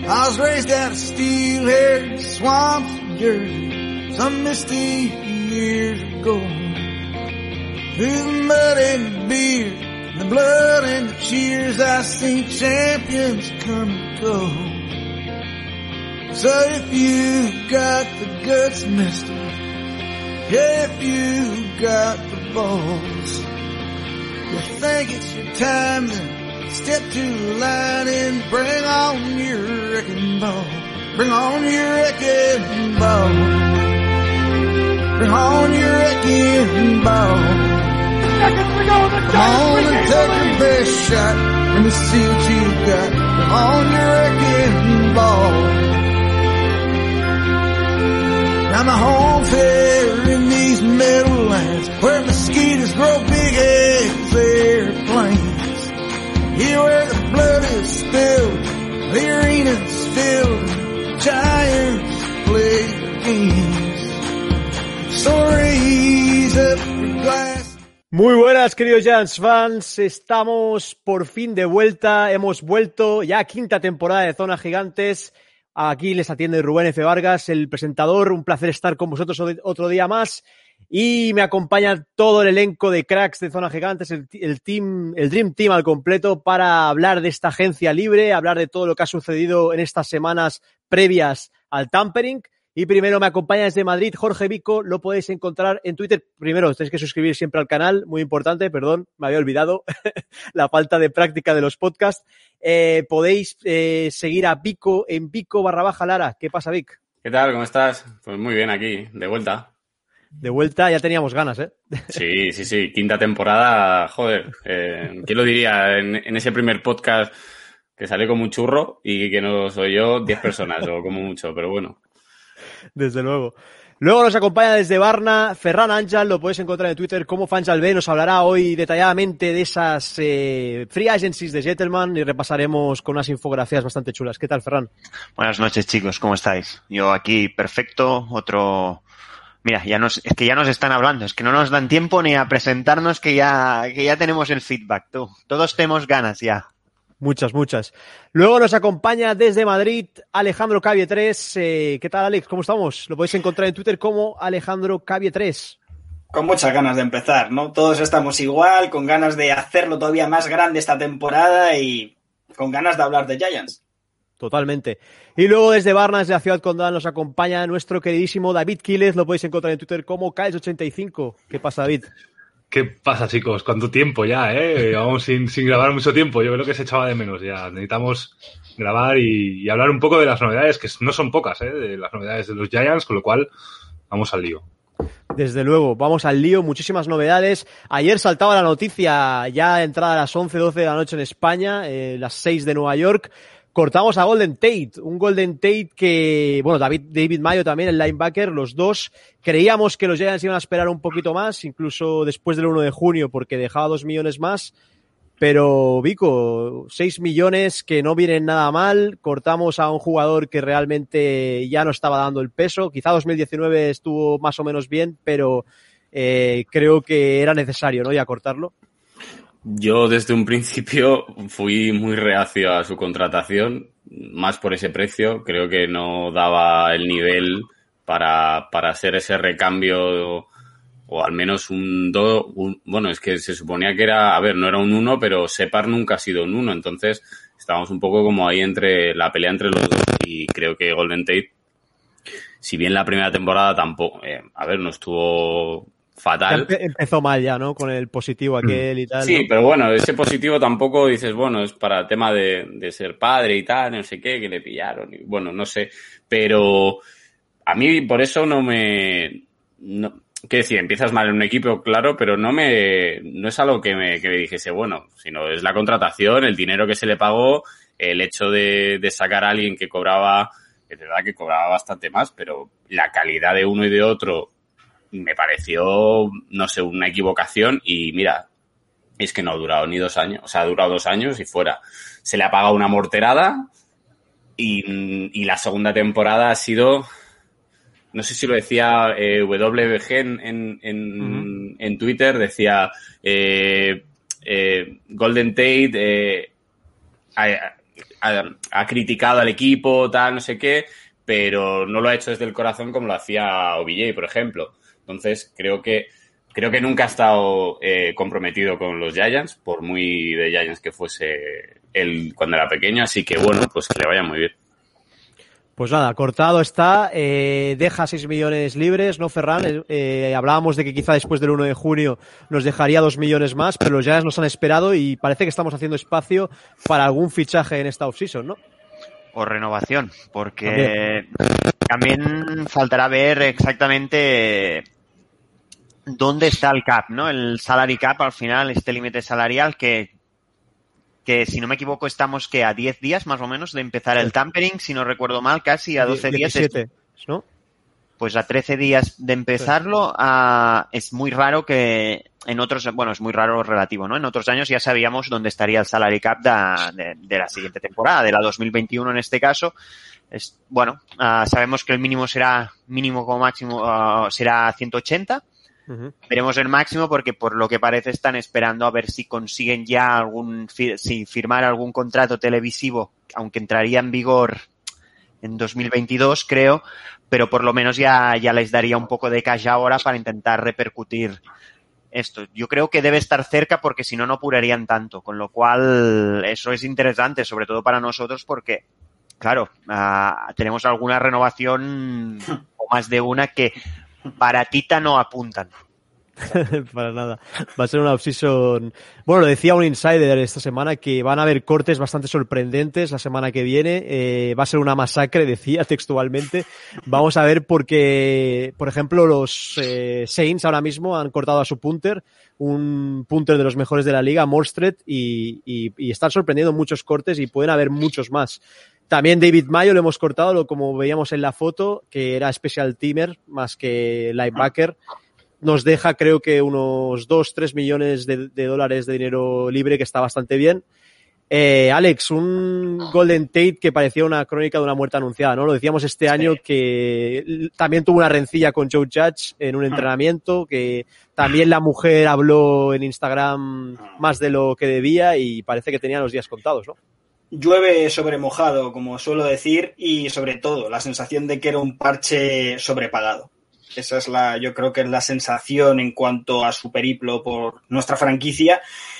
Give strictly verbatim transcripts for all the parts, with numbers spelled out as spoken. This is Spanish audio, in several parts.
I was raised out of steel-haired swamps in Jersey some misty years ago. Through the mud and the beer, the blood and the cheers, I seen champions come and go. So if you got the guts, mister, yeah, if you got the balls, you think it's your time to step to the line and bring on your wrecking ball. Bring on your wrecking ball. Bring on your wrecking ball. Come on and take your best shot. Let me see what you got. Bring on your wrecking ball. I'm a home fair in these meadowlands where mosquitoes grow big as airplanes. Here where the blood is spilled, the arena's filled, giants play games. So raise up your glass. Muy buenas, queridos Giants fans, estamos por fin de vuelta, hemos vuelto ya quinta temporada de Zona Gigantes. Aquí les atiende Rubén F. Vargas, el presentador. Un placer estar con vosotros otro día más. Y me acompaña todo el elenco de cracks de Zona Gigantes, el, el team, el Dream Team al completo, para hablar de esta agencia libre, hablar de todo lo que ha sucedido en estas semanas previas al tampering. Y primero me acompaña desde Madrid Jorge Vico, lo podéis encontrar en Twitter. Primero, tenéis que suscribir siempre al canal, muy importante, perdón, me había olvidado la falta de práctica de los podcasts. Eh, podéis eh, seguir a Vico en Vico barra baja Lara. ¿Qué pasa, Vic? ¿Qué tal? ¿Cómo estás? Pues muy bien aquí, de vuelta. De vuelta, ya teníamos ganas, ¿eh? Sí, sí, sí, quinta temporada, joder. Eh, ¿Quién lo diría en, en ese primer podcast que salió como un churro y que no soy yo diez personas o como mucho, pero bueno. Desde luego. Luego nos acompaña desde Barna Ferran Ángel, lo podéis encontrar en Twitter como Fanjalb, nos hablará hoy detalladamente de esas eh, free agencies de Gentleman y repasaremos con unas infografías bastante chulas. ¿Qué tal, Ferran? Buenas noches, chicos, ¿cómo estáis? Yo aquí perfecto, otro... Mira, ya nos, es que ya nos están hablando, es que no nos dan tiempo ni a presentarnos que ya, que ya tenemos el feedback, tú. Todos tenemos ganas ya. Muchas, muchas. Luego nos acompaña desde Madrid Alejandro Cavie tres. Eh, ¿Qué tal, Alex? ¿Cómo estamos? Lo podéis encontrar en Twitter como Alejandro Cavie tres. Con muchas ganas de empezar, ¿no? Todos estamos igual, con ganas de hacerlo todavía más grande esta temporada y con ganas de hablar de Giants. Totalmente. Y luego desde Varna, desde la ciudad condal, nos acompaña nuestro queridísimo David Quiles. Lo podéis encontrar en Twitter como Kiles ochenta y cinco. ¿Qué pasa, David? ¿Qué pasa, chicos? ¿Cuánto tiempo ya, eh? Llevamos sin, sin grabar mucho tiempo. Yo creo que se echaba de menos ya. Necesitamos grabar y, y hablar un poco de las novedades, que no son pocas, eh, de las novedades de los Giants, con lo cual vamos al lío. Desde luego, vamos al lío, muchísimas novedades. Ayer saltaba la noticia, ya entrada a las once, doce de la noche en España, eh, las seis de Nueva York. Cortamos a Golden Tate, un Golden Tate que, bueno, David, David Mayo también, el linebacker, los dos. Creíamos que los Giants iban a esperar un poquito más, incluso después del uno de junio, porque dejaba dos millones más. Pero, Vico, seis millones que no vienen nada mal. Cortamos a un jugador que realmente ya no estaba dando el peso. Quizá dos mil diecinueve estuvo más o menos bien, pero eh, creo que era necesario, ¿no? Ya cortarlo. Yo desde un principio fui muy reacio a su contratación, más por ese precio. Creo que no daba el nivel para, para hacer ese recambio, o al menos un dos. Bueno, es que se suponía que era, a ver, no era un uno, pero Separ nunca ha sido un uno. Entonces estábamos un poco como ahí entre la pelea entre los dos. Y creo que Golden Tate, si bien la primera temporada tampoco, eh, a ver, no estuvo fatal. Ya empezó mal ya, ¿no? Con el positivo aquel y tal. Sí, ¿no? pero bueno, ese positivo tampoco dices, bueno, es para el tema de, de ser padre y tal, no sé qué, que le pillaron. Y, bueno, no sé. Pero a mí por eso no me... No, quiero decir, empiezas mal en un equipo, claro, pero no me no es algo que me, que me dijese, bueno, sino es la contratación, el dinero que se le pagó, el hecho de, de sacar a alguien que cobraba, es verdad que cobraba bastante más, pero la calidad de uno y de otro me pareció, no sé, una equivocación. Y mira, es que no ha durado ni dos años, o sea, ha durado dos años y fuera. Se le ha pagado una morterada y, y la segunda temporada ha sido, no sé si lo decía eh, W G en, en, en, uh-huh. en Twitter, decía eh, eh, Golden Tate, eh, ha, ha criticado al equipo, tal, no sé qué, pero no lo ha hecho desde el corazón como lo hacía O B J, por ejemplo. Entonces, creo que creo que nunca ha estado eh, comprometido con los Giants, por muy de Giants que fuese él cuando era pequeño, así que bueno, pues que le vaya muy bien. Pues nada, cortado está, eh, deja seis millones libres, ¿no, Ferran? Eh, hablábamos de que quizá después del uno de junio nos dejaría dos millones más, pero los Giants nos han esperado y parece que estamos haciendo espacio para algún fichaje en esta offseason, ¿no? O renovación, porque también, también faltará ver exactamente dónde está el cap, ¿no? El salary cap, al final, este límite salarial que, que, si no me equivoco, estamos que a diez días más o menos de empezar el tampering, si no recuerdo mal, casi a doce días. diecisiete, ¿no? Pues a trece días de empezarlo, a, es muy raro que en otros, bueno, es muy raro relativo, ¿no? En otros años ya sabíamos dónde estaría el salary cap de, de, de la siguiente temporada, de la dos mil veintiuno en este caso. Es, bueno, uh, sabemos que el mínimo será, mínimo como máximo, uh, será ciento ochenta. Uh-huh. Veremos el máximo porque por lo que parece están esperando a ver si consiguen ya algún, si firmar algún contrato televisivo, aunque entraría en vigor en dos mil veintidós, creo, pero por lo menos ya, ya les daría un poco de cash ahora para intentar repercutir esto. Yo creo que debe estar cerca porque si no, no apurarían tanto, con lo cual eso es interesante, sobre todo para nosotros porque, claro, uh, tenemos alguna renovación o más de una que para Tita no apuntan. Para nada. Va a ser una offseason. Bueno, lo decía un insider esta semana que van a haber cortes bastante sorprendentes la semana que viene. Eh, va a ser una masacre, decía textualmente. Vamos a ver porque, por ejemplo, los eh, Saints ahora mismo han cortado a su punter, un punter de los mejores de la liga, Morstead, y, y, y están sorprendiendo muchos cortes y pueden haber muchos más. También David Mayo lo hemos cortado, como veíamos en la foto, que era special teamer más que linebacker. Nos deja, creo que, unos dos, tres millones de, de dólares de dinero libre, que está bastante bien. Eh, Alex, un Golden Tate que parecía una crónica de una muerte anunciada, ¿no? Lo decíamos este sí. año que también tuvo una rencilla con Joe Judge en un entrenamiento, que también la mujer habló en Instagram más de lo que debía y parece que tenía los días contados, ¿no? Llueve sobre mojado, como suelo decir, y sobre todo la sensación de que era un parche sobrepagado. Esa es la, yo creo que es la sensación en cuanto a su periplo por nuestra franquicia.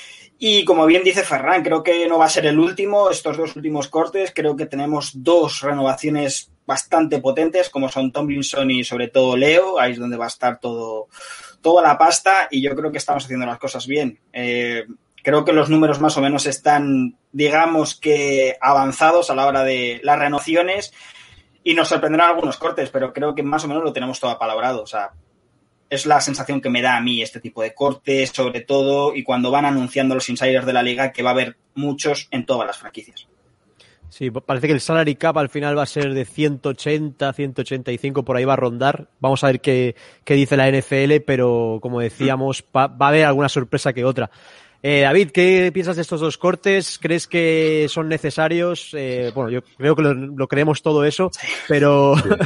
Y como bien dice Ferran, creo que no va a ser el último, estos dos últimos cortes. Creo que tenemos dos renovaciones bastante potentes, como son Tomlinson y sobre todo Leo. Ahí es donde va a estar todo, toda la pasta y yo creo que estamos haciendo las cosas bien. Eh, Creo que los números más o menos están, digamos que avanzados a la hora de las renovaciones y nos sorprenderán algunos cortes, pero creo que más o menos lo tenemos todo apalabrado. O sea, es la sensación que me da a mí este tipo de cortes, sobre todo, y cuando van anunciando los insiders de la liga que va a haber muchos en todas las franquicias. Sí, parece que el salary cap al final va a ser de ciento ochenta, ciento ochenta y cinco, por ahí va a rondar. Vamos a ver qué, qué dice la N F L, pero como decíamos, va, va a haber alguna sorpresa que otra. Eh, David, ¿qué piensas de estos dos cortes? ¿Crees que son necesarios? Eh, bueno, yo creo que lo, lo creemos todo eso, pero sí.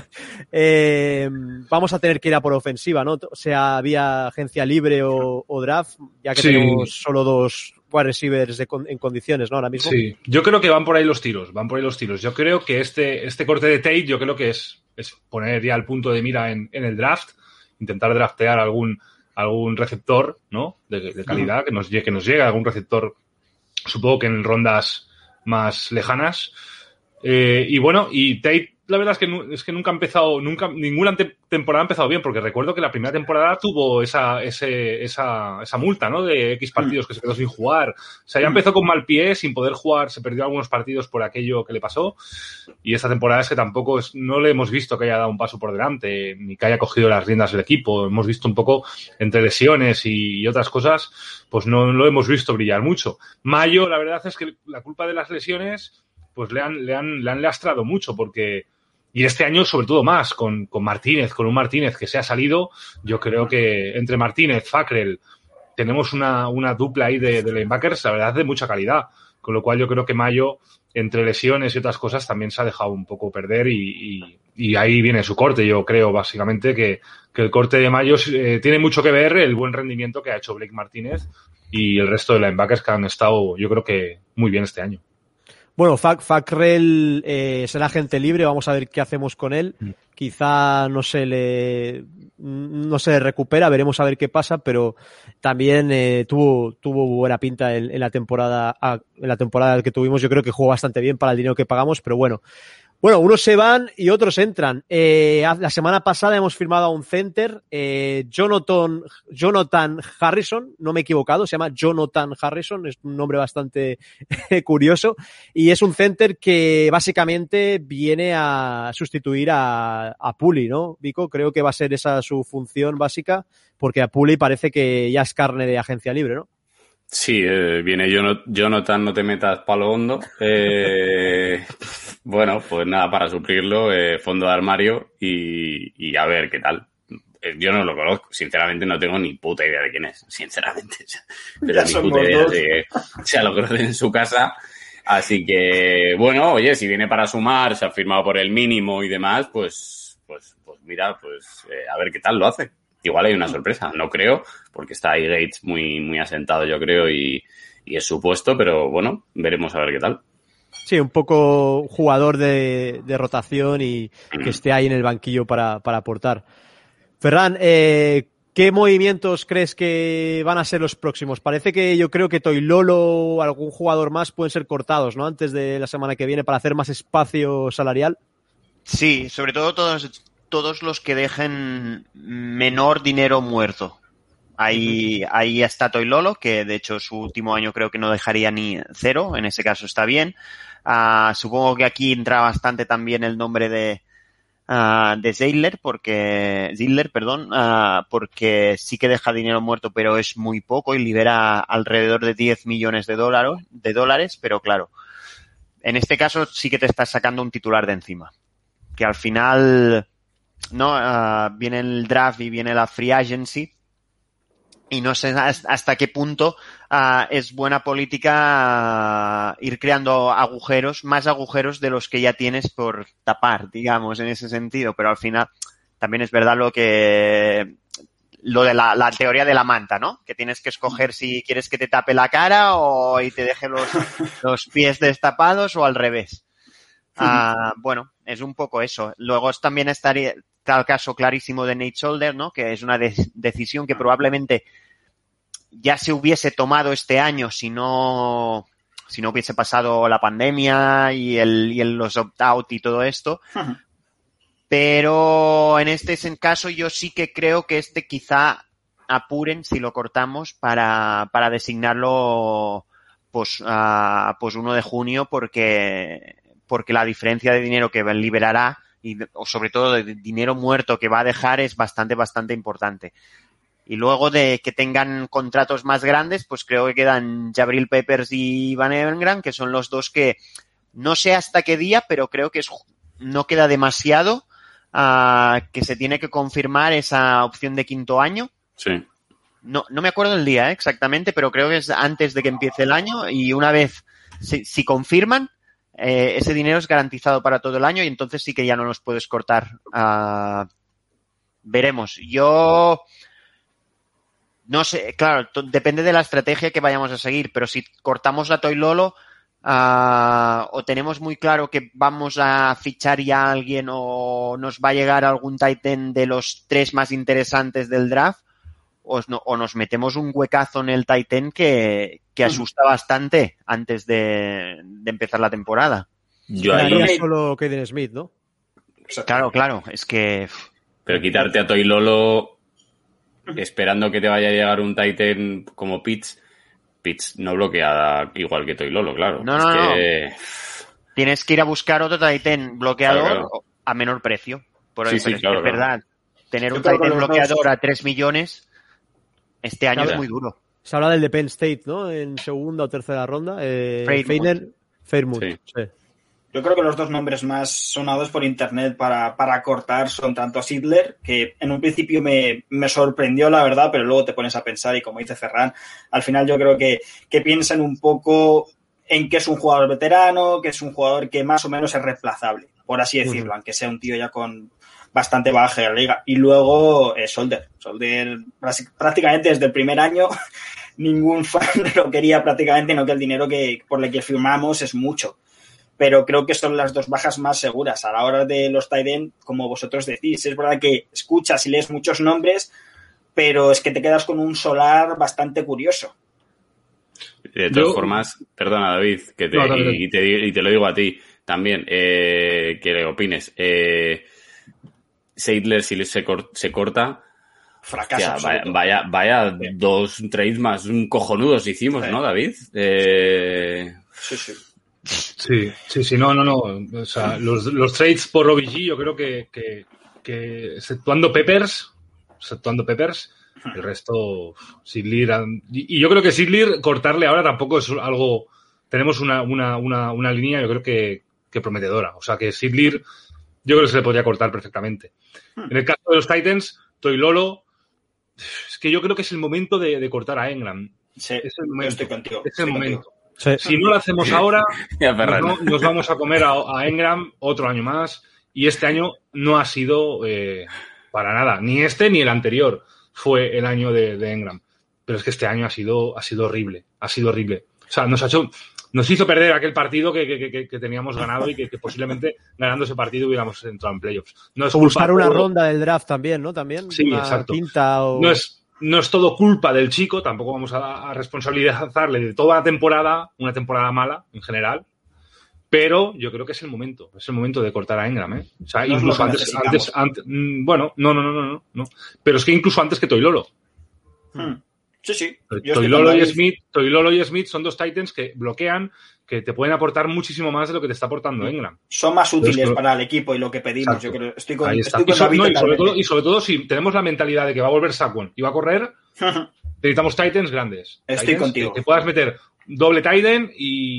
eh, vamos a tener que ir a por ofensiva, ¿no? O sea, vía agencia libre o, o draft, ya que sí. tenemos solo dos wide receivers de, en condiciones, ¿no? Ahora mismo. Sí, yo creo que van por ahí los tiros, van por ahí los tiros. Yo creo que este, este corte de Tate, yo creo que es, es poner ya el punto de mira en, en el draft, intentar draftear algún algún receptor, ¿no? De, de calidad, que nos, que nos llegue, algún receptor, supongo que en rondas más lejanas. Eh, y bueno, y Tate, la verdad es que, nu- es que nunca ha empezado, nunca, ninguna te- temporada ha empezado bien, porque recuerdo que la primera temporada tuvo esa, ese, esa, esa multa, ¿no? De X partidos que se quedó sin jugar. O sea, ya empezó con mal pie, sin poder jugar, se perdió algunos partidos por aquello que le pasó. Y esta temporada es que tampoco es, no le hemos visto que haya dado un paso por delante, ni que haya cogido las riendas del equipo. Hemos visto un poco entre lesiones y, y otras cosas, pues no lo hemos visto brillar mucho. Mayo, la verdad es que la culpa de las lesiones, pues le han, le han, le han lastrado mucho, porque y este año sobre todo más, con, con Martínez, con un Martínez que se ha salido. Yo creo que entre Martínez, Fackrell, tenemos una, una dupla ahí de, de linebackers, la verdad, de mucha calidad. Con lo cual yo creo que Mayo, entre lesiones y otras cosas, también se ha dejado un poco perder y, y, y ahí viene su corte. Yo creo, básicamente, que, que el corte de Mayo eh, tiene mucho que ver el buen rendimiento que ha hecho Blake Martínez y el resto de linebackers que han estado, yo creo que muy bien este año. Bueno, Fac, Fackrell eh, será agente libre, vamos a ver qué hacemos con él. Mm. Quizá no se le no se recupera, veremos a ver qué pasa, pero también eh, tuvo tuvo buena pinta en, en la temporada en la temporada que tuvimos. Yo creo que jugó bastante bien para el dinero que pagamos, pero bueno. Bueno, unos se van y otros entran. Eh, la semana pasada hemos firmado a un center, eh, Jonathan, Jonathan Harrison, no me he equivocado, se llama Jonathan Harrison, es un nombre bastante curioso, y es un center que básicamente viene a sustituir a, a Puli, ¿no, Vico? Creo que va a ser esa su función básica, porque a Puli parece que ya es carne de agencia libre, ¿no? Sí, eh, viene Jonathan, no te metas palo hondo. Eh, bueno, pues nada, para suplirlo, eh, fondo de armario y, y a ver qué tal. Eh, yo no lo conozco, sinceramente no tengo ni puta idea de quién es, sinceramente. Pero Ya ni somos puta idea dos. de se lo conocen en su casa. Así que, bueno, oye, si viene para sumar, se ha firmado por el mínimo y demás, pues, pues, pues mira, pues eh, a ver qué tal lo hace. Igual hay una sorpresa, no creo, porque está ahí Gates muy, muy asentado, yo creo, y, y es su puesto, pero bueno, veremos a ver qué tal. Sí, un poco jugador de, de rotación y que esté ahí en el banquillo para, para aportar. Ferran, eh, ¿qué movimientos crees que van a ser los próximos? Parece que yo creo que Toilolo o algún jugador más pueden ser cortados, ¿no? Antes de la semana que viene para hacer más espacio salarial. Sí, sobre todo todos, todos los que dejen menor dinero muerto. Ahí, uh-huh. ahí está Toilolo, que de hecho su último año creo que no dejaría ni cero, en ese caso está bien. Uh, supongo que aquí entra bastante también el nombre de uh, de Zeidler, porque Zeidler, perdón, uh, porque sí que deja dinero muerto, pero es muy poco y libera alrededor de diez millones de dólares, de dólares, pero claro, en este caso sí que te estás sacando un titular de encima, que al final no uh, viene el draft y viene la free agency. Y no sé hasta qué punto uh, es buena política uh, ir creando agujeros, más agujeros de los que ya tienes por tapar, digamos, en ese sentido. Pero al final también es verdad lo que lo de la, la teoría de la manta, ¿no? Que tienes que escoger si quieres que te tape la cara o y te deje los, los pies destapados o al revés. Uh, bueno, es un poco eso. Luego también estaría está el caso clarísimo de Nate Solder, ¿no? Que es una de- decisión que probablemente ya se hubiese tomado este año si no si no hubiese pasado la pandemia y el y el, los opt-out y todo esto. Uh-huh. Pero en este caso yo sí que creo que este quizá apuren si lo cortamos para para designarlo pues a pues uno de junio porque porque la diferencia de dinero que liberará y o sobre todo de dinero muerto que va a dejar es bastante, bastante importante. Y luego de que tengan contratos más grandes, pues creo que quedan Jabril Peppers y Van Engram, que son los dos que no sé hasta qué día, pero creo que es, no queda demasiado uh, que se tiene que confirmar esa opción de quinto año. Sí. No, no me acuerdo el día, ¿eh? exactamente, pero creo que es antes de que empiece el año y una vez, si, si confirman, Eh, ese dinero es garantizado para todo el año y entonces sí que ya no los puedes cortar. Uh, veremos. Yo no sé, claro, t- depende de la estrategia que vayamos a seguir, pero si cortamos a Toilolo uh, o tenemos muy claro que vamos a fichar ya a alguien o nos va a llegar algún tight end de los tres más interesantes del draft, o, no, o nos metemos un huecazo en el tight end que, que asusta bastante antes de, de empezar la temporada. Yo ahí... Quedaría solo Kaden Smith, ¿no? Claro, claro, es que... Pero quitarte a Toilolo esperando que te vaya a llegar un Titan como Pitts, Pitts no bloquea igual que Toilolo, claro. No, es no, que... no. Tienes que ir a buscar otro Tight end bloqueador claro, claro. a menor precio. Por sí, sí, es claro, verdad. Claro. Tener Yo un creo Tight que end los bloqueador dos... a tres millones este año Claro. es muy duro. Se habla del de Penn State, ¿no? En segunda o tercera ronda. Eh, Fairmouth. Feiner, Fairmouth, Sí. sí. Yo creo que los dos nombres más sonados por internet para, para cortar son tanto Sidler, que en un principio me, me sorprendió, la verdad, pero luego te pones a pensar y como dice Ferran, al final yo creo que, que piensan un poco en que es un jugador veterano, que es un jugador que más o menos es reemplazable, por así decirlo, uh-huh. aunque sea un tío ya con bastante bagaje de la liga. Y luego eh, Solder. Solder prácticamente desde el primer año ningún fan lo quería prácticamente, no que el dinero que por el que firmamos es mucho. pero creo que son las dos bajas más seguras. A la hora de los tight end, como vosotros decís, es verdad que escuchas y lees muchos nombres, pero es que te quedas con un solar bastante curioso. De todas Yo... formas, perdona David, que te, no, no, no. Y, te, y te lo digo a ti también, eh, que le opines. Eh, Seidler, si se, cor- se corta, Fracaso. hostia, vaya, vaya, vaya sí. dos trades más un cojonudos hicimos, sí. ¿no, David? Eh... Sí, sí. Sí, sí, sí, no, no, no. O sea, los, los trades por O B G, yo creo que, que, que exceptuando Peppers, exceptuando Peppers, el resto, Sidlir. Y yo creo que Sidlir, cortarle ahora tampoco es algo. Tenemos una, una, una, una línea, yo creo que, que prometedora. O sea, que Sidlir, yo creo que se le podría cortar perfectamente. En el caso de los Titans, Toilolo, es que yo creo que es el momento de, de cortar a Engram. Sí, es el momento. Estoy contigo. Es el estoy momento. Contigo. Sí. Si no lo hacemos ahora, ya, nos, nos vamos a comer a, a Engram otro año más. Y este año no ha sido eh, para nada. Ni este ni el anterior fue el año de, de Engram. Pero es que este año ha sido, ha sido horrible. Ha sido horrible. O sea, nos ha hecho, nos hizo perder aquel partido que, que, que, que teníamos ganado y que, que posiblemente ganando ese partido hubiéramos entrado en playoffs. No es o buscar una todo... ronda del draft también, ¿no? También. Sí, una exacto. Quinta o... No es, no es todo culpa del chico, tampoco vamos a, a responsabilizarle de toda la temporada, una temporada mala en general. Pero yo creo que es el momento, es el momento de cortar a Engram, ¿eh? O sea, no incluso antes, antes, antes, bueno, no, no, no, no, no, pero es que incluso antes que Toilolo. Hmm. Sí, sí. Toilolo y Smith, Toilolo y Smith son dos Titans que bloquean, que te pueden aportar muchísimo más de lo que te está aportando Engram. Son más útiles es, para el equipo y lo que pedimos, exacto. Yo creo. Estoy con, estoy con y, so, no, y, sobre todo, y sobre todo si tenemos la mentalidad de que va a volver Saquon y va a correr, necesitamos Titans grandes. Estoy Titans contigo. Que, que puedas meter doble tight end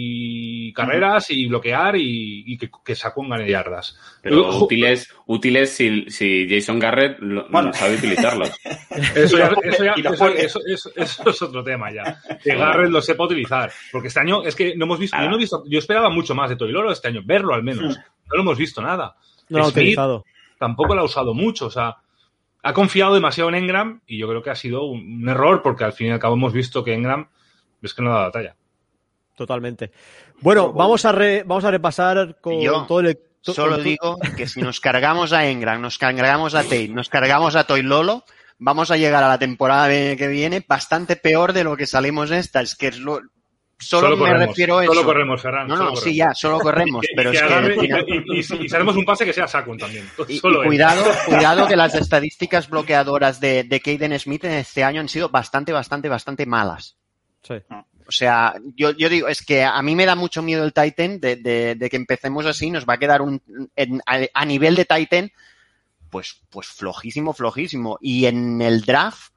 y carreras uh-huh. y bloquear y, y que, que Saquon gane yardas. Pero uh, útiles, útiles si, si Jason Garrett lo, bueno. no sabe utilizarlos. Eso, ya, eso, ya, eso, eso, eso, eso es otro tema ya. Que Garrett lo sepa utilizar. Porque este año es que no hemos visto, ah. yo no he visto, yo esperaba mucho más de Toilolo este año, verlo al menos. Uh-huh. No lo hemos visto nada. No lo ha utilizado. Tampoco lo ha usado mucho, o sea, ha confiado demasiado en Engram y yo creo que ha sido un, un error porque al fin y al cabo hemos visto que Engram es que no da la talla. Totalmente. Bueno, vamos a re, vamos a repasar con Yo todo el... To, solo con, digo que si nos cargamos a Engram, nos cargamos a Tate, nos cargamos a Toilolo, vamos a llegar a la temporada que viene bastante peor de lo que salimos esta. Es que es lo... Solo, solo me corremos, refiero a eso. Solo corremos, Ferran. No, no, corremos. sí, ya, solo corremos. pero y, es que que... Y, y, y, y, y haremos un pase que sea Saquon también. Y, solo y cuidado, cuidado que las estadísticas bloqueadoras de, de Caden Smith en este año han sido bastante, bastante, bastante malas. Sí. O sea, yo, yo digo, es que a mí me da mucho miedo el Titan de, de, de que empecemos así, nos va a quedar un en, a, a nivel de Titan, pues, pues flojísimo, flojísimo. Y en el draft,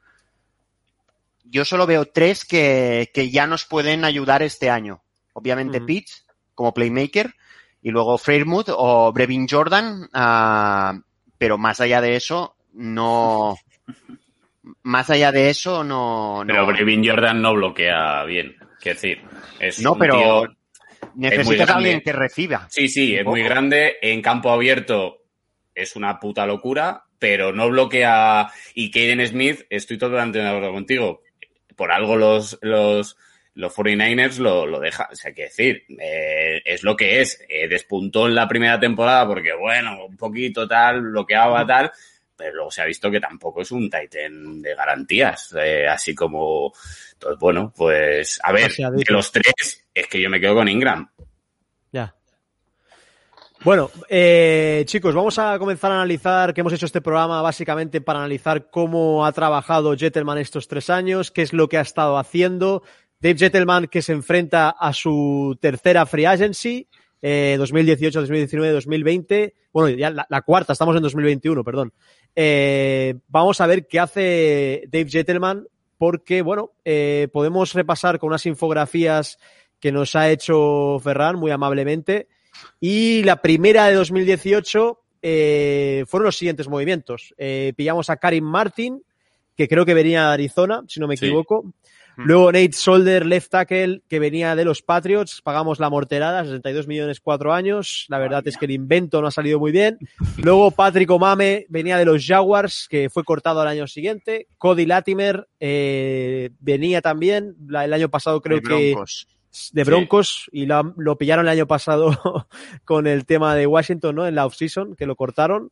yo solo veo tres que, que ya nos pueden ayudar este año. Obviamente uh-huh. Pitts, como playmaker, y luego Freiermuth o Brevin Jordan, uh, pero más allá de eso, no... Más allá de eso, no... Pero no... Brevin Jordan no bloquea bien, quiero decir. Es no, un pero tío, necesitas a alguien que reciba. Sí, sí, es muy grande. En campo abierto es una puta locura, pero no bloquea... Y Caden Smith, estoy totalmente de acuerdo contigo. Por algo los... los Los cuarenta y nueve ers lo, lo dejan, o sea, quiero decir, eh, es lo que es. Eh, despuntó en la primera temporada porque, bueno, un poquito tal, bloqueaba tal, pero luego se ha visto que tampoco es un Titan de garantías. Eh, así como, entonces, bueno, pues, a ver, de los tres, es que yo me quedo con Ingram. Ya. Bueno, eh, chicos, vamos a comenzar a analizar, que hemos hecho este programa básicamente para analizar cómo ha trabajado Gentleman estos tres años, qué es lo que ha estado haciendo. Dave Gentleman, que se enfrenta a su tercera free agency, eh, dos mil dieciocho, dos mil diecinueve, dos mil veinte. Bueno, ya la, la cuarta, estamos en dos mil veintiuno, perdón. Eh, vamos a ver qué hace Dave Gentleman, porque, bueno, eh, podemos repasar con unas infografías que nos ha hecho Ferran muy amablemente. Y la primera de dos mil dieciocho eh, fueron los siguientes movimientos. Eh, pillamos a Karim Martin, que creo que venía de Arizona, si no me equivoco. Sí. Luego Nate Solder, left tackle, que venía de los Patriots, pagamos la morterada, sesenta y dos millones, cuatro años, la verdad es que el invento no ha salido muy bien. Luego Patrick Omame venía de los Jaguars, que fue cortado al año siguiente. Cody Latimer eh, venía también, la, el año pasado creo que de Broncos, sí. y lo, lo pillaron el año pasado con el tema de Washington, ¿no? En la offseason, que lo cortaron.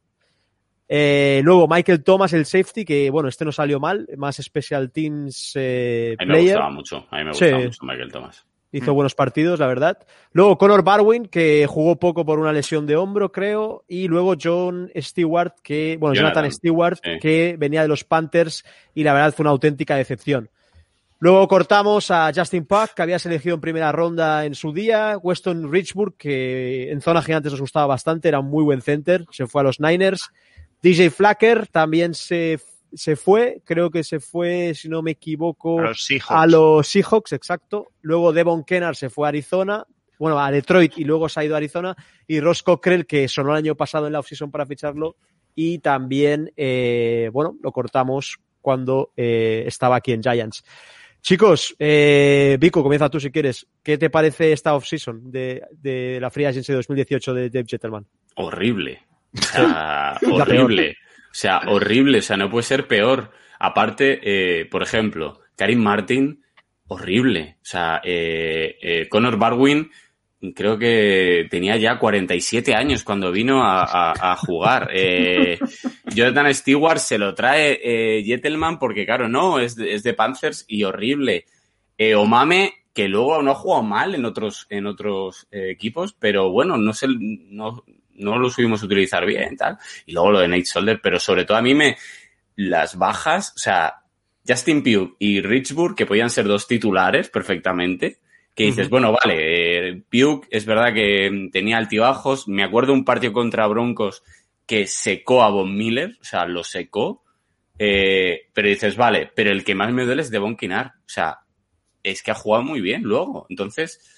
Eh, luego Michael Thomas, el safety, que bueno, este no salió mal, más Special Teams eh, a mí me player. gustaba mucho, a mí me gustaba sí. mucho Michael Thomas. Hizo mm. buenos partidos, la verdad. Luego Connor Barwin, que jugó poco por una lesión de hombro, creo. Y luego John Stewart, que, bueno, Jonathan, Jonathan Stewart, sí. que venía de los Panthers y la verdad fue una auténtica decepción. Luego cortamos a Justin Puck, que habías elegido en primera ronda en su día. Weston Richburg, que en zona gigantes nos gustaba bastante, era un muy buen center, se fue a los Niners. D J Flacker también se, se fue, creo que se fue, si no me equivoco, a los Seahawks. A los Seahawks, exacto. Luego Devon Kennard se fue a Arizona, bueno, a Detroit y luego se ha ido a Arizona. Y Ross Cockrell, que sonó el año pasado en la offseason para ficharlo. Y también, eh, bueno, lo cortamos cuando eh, estaba aquí en Giants. Chicos, eh, Vico, comienza tú si quieres. ¿Qué te parece esta offseason de, de la Free Agency dos mil dieciocho de Dave Gettleman? Horrible. O sea, horrible. O sea, horrible. O sea, no puede ser peor. Aparte, eh, por ejemplo, Karim Martin, horrible. O sea, eh, eh, Connor Barwin, creo que tenía ya cuarenta y siete años cuando vino a, a, a jugar. Eh, Jonathan Stewart se lo trae eh, Gettleman porque, claro, no, es de, es de Panthers y horrible. Eh, Omame, que luego no ha jugado mal en otros, en otros eh, equipos, pero bueno, no sé, no... no lo subimos a utilizar bien, tal. Y luego lo de Nate Solder, pero sobre todo a mí me... Las bajas, o sea, Justin Pugh y Richburg, que podían ser dos titulares perfectamente, que dices, uh-huh. bueno, vale, eh, Pugh es verdad que tenía altibajos. Me acuerdo un partido contra Broncos que secó a Von Miller, o sea, lo secó. Eh, pero dices, vale, pero el que más me duele es Devon Kennard. O sea, es que ha jugado muy bien luego. Entonces...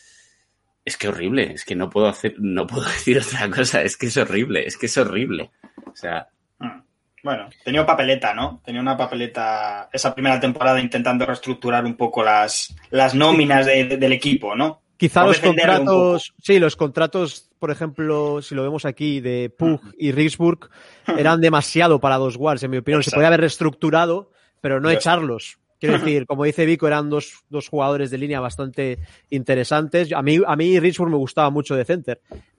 Es que horrible, es que no puedo hacer, no puedo decir otra cosa, es que es horrible, es que es horrible. O sea. Bueno, tenía papeleta, ¿no? Tenía una papeleta esa primera temporada intentando reestructurar un poco las, las nóminas de, de, del equipo, ¿no? Quizá por los contratos, sí, los contratos, por ejemplo, si lo vemos aquí, de Pugh y Richburg, eran demasiado para dos guards, en mi opinión. Exacto. Se podía haber reestructurado, pero no Exacto. echarlos. Quiero decir, como dice Vico, eran dos, dos jugadores de línea bastante interesantes. A mí, a mí Richburg me gustaba mucho de center,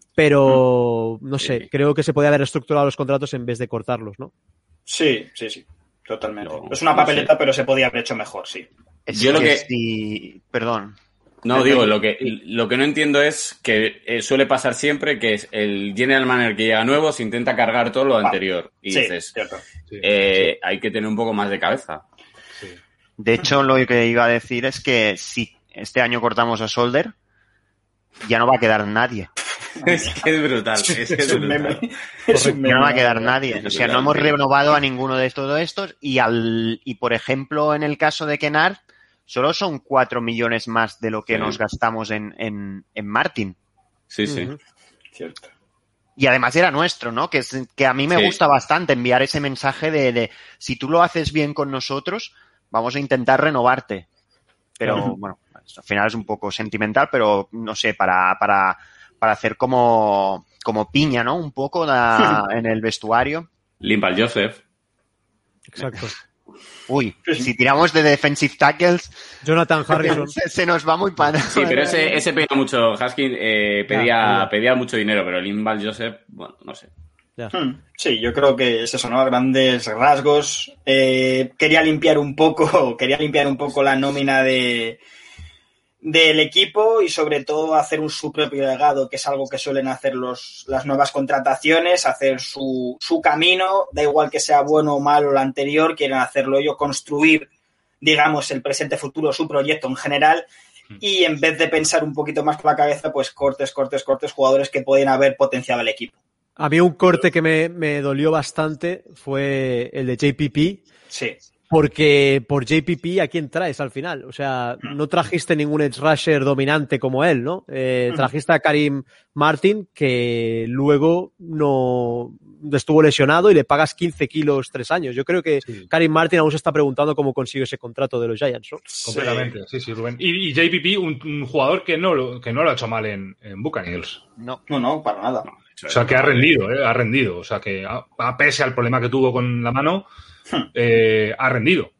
pero no sé, creo que se podía haber reestructurado los contratos en vez de cortarlos, ¿no? Sí, sí, sí, totalmente. No, es una papeleta, no sé. Pero se podía haber hecho mejor, sí. Es Yo que lo que... Sí, perdón. No, digo, lo que, lo que no entiendo es que eh, suele pasar siempre que es el general manager que llega nuevo se intenta cargar todo lo anterior. Y sí, dices, cierto. Eh, sí. hay que tener un poco más de cabeza. Sí. De hecho, lo que iba a decir es que si este año cortamos a Solder, ya no va a quedar nadie. Es que es brutal. Es, que es, es brutal. Meme. Es un meme. Ya no va a quedar nadie. O sea, no hemos renovado a ninguno de todos estos y, al, y por ejemplo, en el caso de Kennard, solo son cuatro millones más de lo que sí. nos gastamos en, en, en Martin. Sí, sí. Uh-huh. Cierto. Y además era nuestro, ¿no? Que, es, que a mí me sí. gusta bastante enviar ese mensaje de, de si tú lo haces bien con nosotros, vamos a intentar renovarte. Pero, uh-huh. bueno, al final es un poco sentimental, pero no sé, para, para, para hacer como, como piña, ¿no? Un poco la, en el vestuario. Limpal Joseph. Exacto. Uy, si tiramos de defensive tackles, Jonathan Harrison se, se nos va muy para. Sí, pero ese, ese pedía mucho. Haskins eh, pedía, ah, pedía mucho dinero, pero Limbal Joseph, bueno, no sé. Ya. Sí, yo creo que es eso, ¿no? A grandes rasgos. Eh, quería limpiar un poco, quería limpiar un poco la nómina de del equipo y sobre todo hacer un su propio legado, que es algo que suelen hacer los, las nuevas contrataciones, hacer su, su camino, da igual que sea bueno o malo lo anterior, quieren hacerlo ellos, construir, digamos, el presente, futuro, su proyecto en general, y en vez de pensar un poquito más con la cabeza, pues cortes, cortes, cortes, jugadores que pueden haber potenciado el equipo. A mí un corte que me, me dolió bastante fue el de J P P. Sí. Porque por J P P, ¿a quién traes al final? O sea, no trajiste ningún edge rusher dominante como él, ¿no? Eh, trajiste a Karim Martin, que luego no estuvo lesionado y le pagas quince kilos tres años. Yo creo que sí. Karim Martin aún se está preguntando cómo consiguió ese contrato de los Giants, ¿no? Completamente, sí, sí, Rubén. Y, y J P P, un, un jugador que no, lo, que no lo ha hecho mal en, en Buccaneers. No, no, no, para nada. No, o sea, que ha rendido, ¿eh? Ha rendido. O sea, que a, a pese al problema que tuvo con la mano, eh, ha rendido.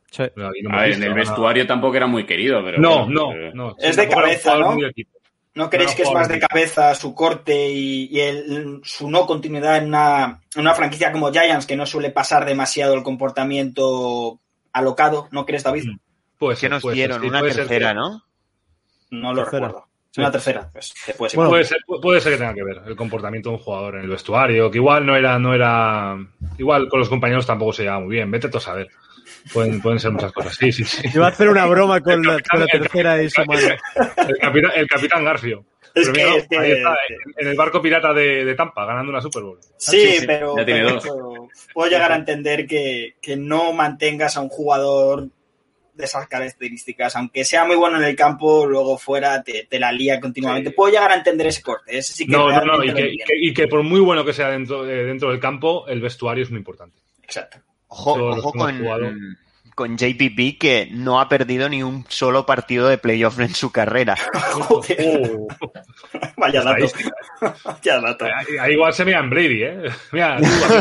Sí. No, y no A hemos ver, visto, en el no. vestuario tampoco era muy querido, pero No, bueno, no, eh, no. Es de tampoco era un cabeza, jugador ¿no? muy de equipo. ¿No creéis No, que es jugador más de de equipo. cabeza su corte y, y el, su no continuidad en una, en una franquicia como Giants, que no suele pasar demasiado el comportamiento alocado? ¿No crees, David? Puede ¿Qué ser, nos puede ser, dieron? sí, Una puede ser tercera, que- ¿no? No lo Tercera. recuerdo. Sí. Una tercera, pues te puedes Bueno, Puede ser, puede ser que tenga que ver el comportamiento de un jugador en el vestuario, que igual no era, no era, igual con los compañeros tampoco se llevaba muy bien. Vete tú a saber. Pueden, pueden ser muchas cosas. Sí, sí, sí. Iba a hacer una broma con la, con la El capitán- tercera y su mano. El capitán, el capitán Garfio. Es Pero que- mira, es que- ahí está, en, en el barco pirata de, de Tampa, ganando una Super Bowl. Sí, Sí, sí, pero, ya tiene pero dos. eso, puedo llegar a entender que, que no mantengas a un jugador de esas características, aunque sea muy bueno en el campo, luego fuera te, te la lía continuamente. Sí. Puedo llegar a entender ese corte, ese sí que No, no, no, realmente y lo que, y, entiendo. que, y que por muy bueno que sea dentro, eh, dentro del campo, el vestuario es muy importante. Exacto. Ojo, Todos los ojo que hemos con, jugado. con J P P, que no ha perdido ni un solo partido de playoff en su carrera. Joder, Oh, vaya dato. estadística. Vaya dato. ahí, ahí igual se mira en Brady, ¿eh? Mira, tú,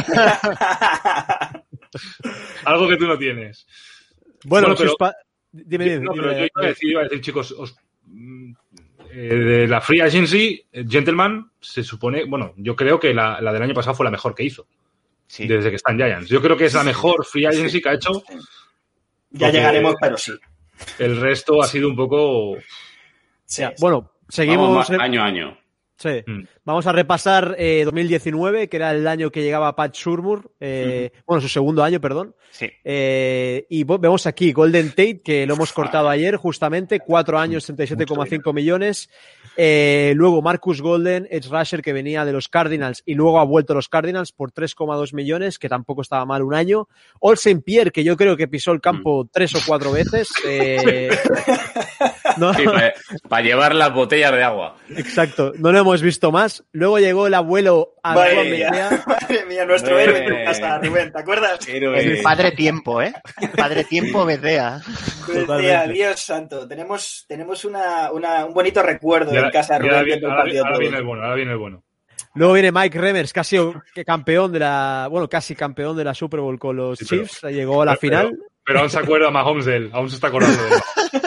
algo que tú no tienes. Bueno, Bueno, pero- sus pa- dime, dime, No, dime, pero yo iba a dime. decir, iba a decir, chicos, os- mm, eh, de la Free Agency, eh, Gentleman, se supone, bueno, yo creo que la, la del año pasado fue la mejor que hizo, Sí. desde que está en Giants. Yo creo que es la mejor Free Agency que ha hecho. Ya Porque- llegaremos, pero sí. El resto ha sido un poco... Sí, Ya, sí. bueno, seguimos. vamos ma- año a año. Sí. Mm. Vamos a repasar eh, dos mil diecinueve, que era el año que llegaba Pat Shurmur, eh, bueno, su segundo año, perdón. Sí. Eh, y vo- vemos aquí Golden Tate, que lo hemos cortado ayer justamente, cuatro años, treinta y siete coma cinco millones. Eh, luego Marcus Golden, edge rusher, que venía de los Cardinals y luego ha vuelto a los Cardinals por tres coma dos millones, que tampoco estaba mal un año. Olsen Pierre, que yo creo que pisó el campo tres o cuatro veces. Eh, no, Sí, para llevar las botellas de agua. exacto, no lo hemos visto más. Luego llegó el abuelo Madre Antoine mía, Bethea. madre mía, nuestro Hombre. héroe en tu casa, Rubén, ¿te acuerdas? Héroe. El padre tiempo, ¿eh? Padre tiempo, Bethea. Totalmente. Decía, Dios santo, tenemos, tenemos una, una, un bonito recuerdo Y ahora, en casa de y ahora Rubén viene, viendo el ahora- partido ahora todo. viene el bueno, ahora viene el bueno. Luego viene Mike Remmers, que ha sido campeón de la, bueno, casi campeón de la Super Bowl con los Sí, pero- Chiefs, llegó a la pero- final. Pero, pero aún se acuerda Mahomes de él, aún se está acordando de él.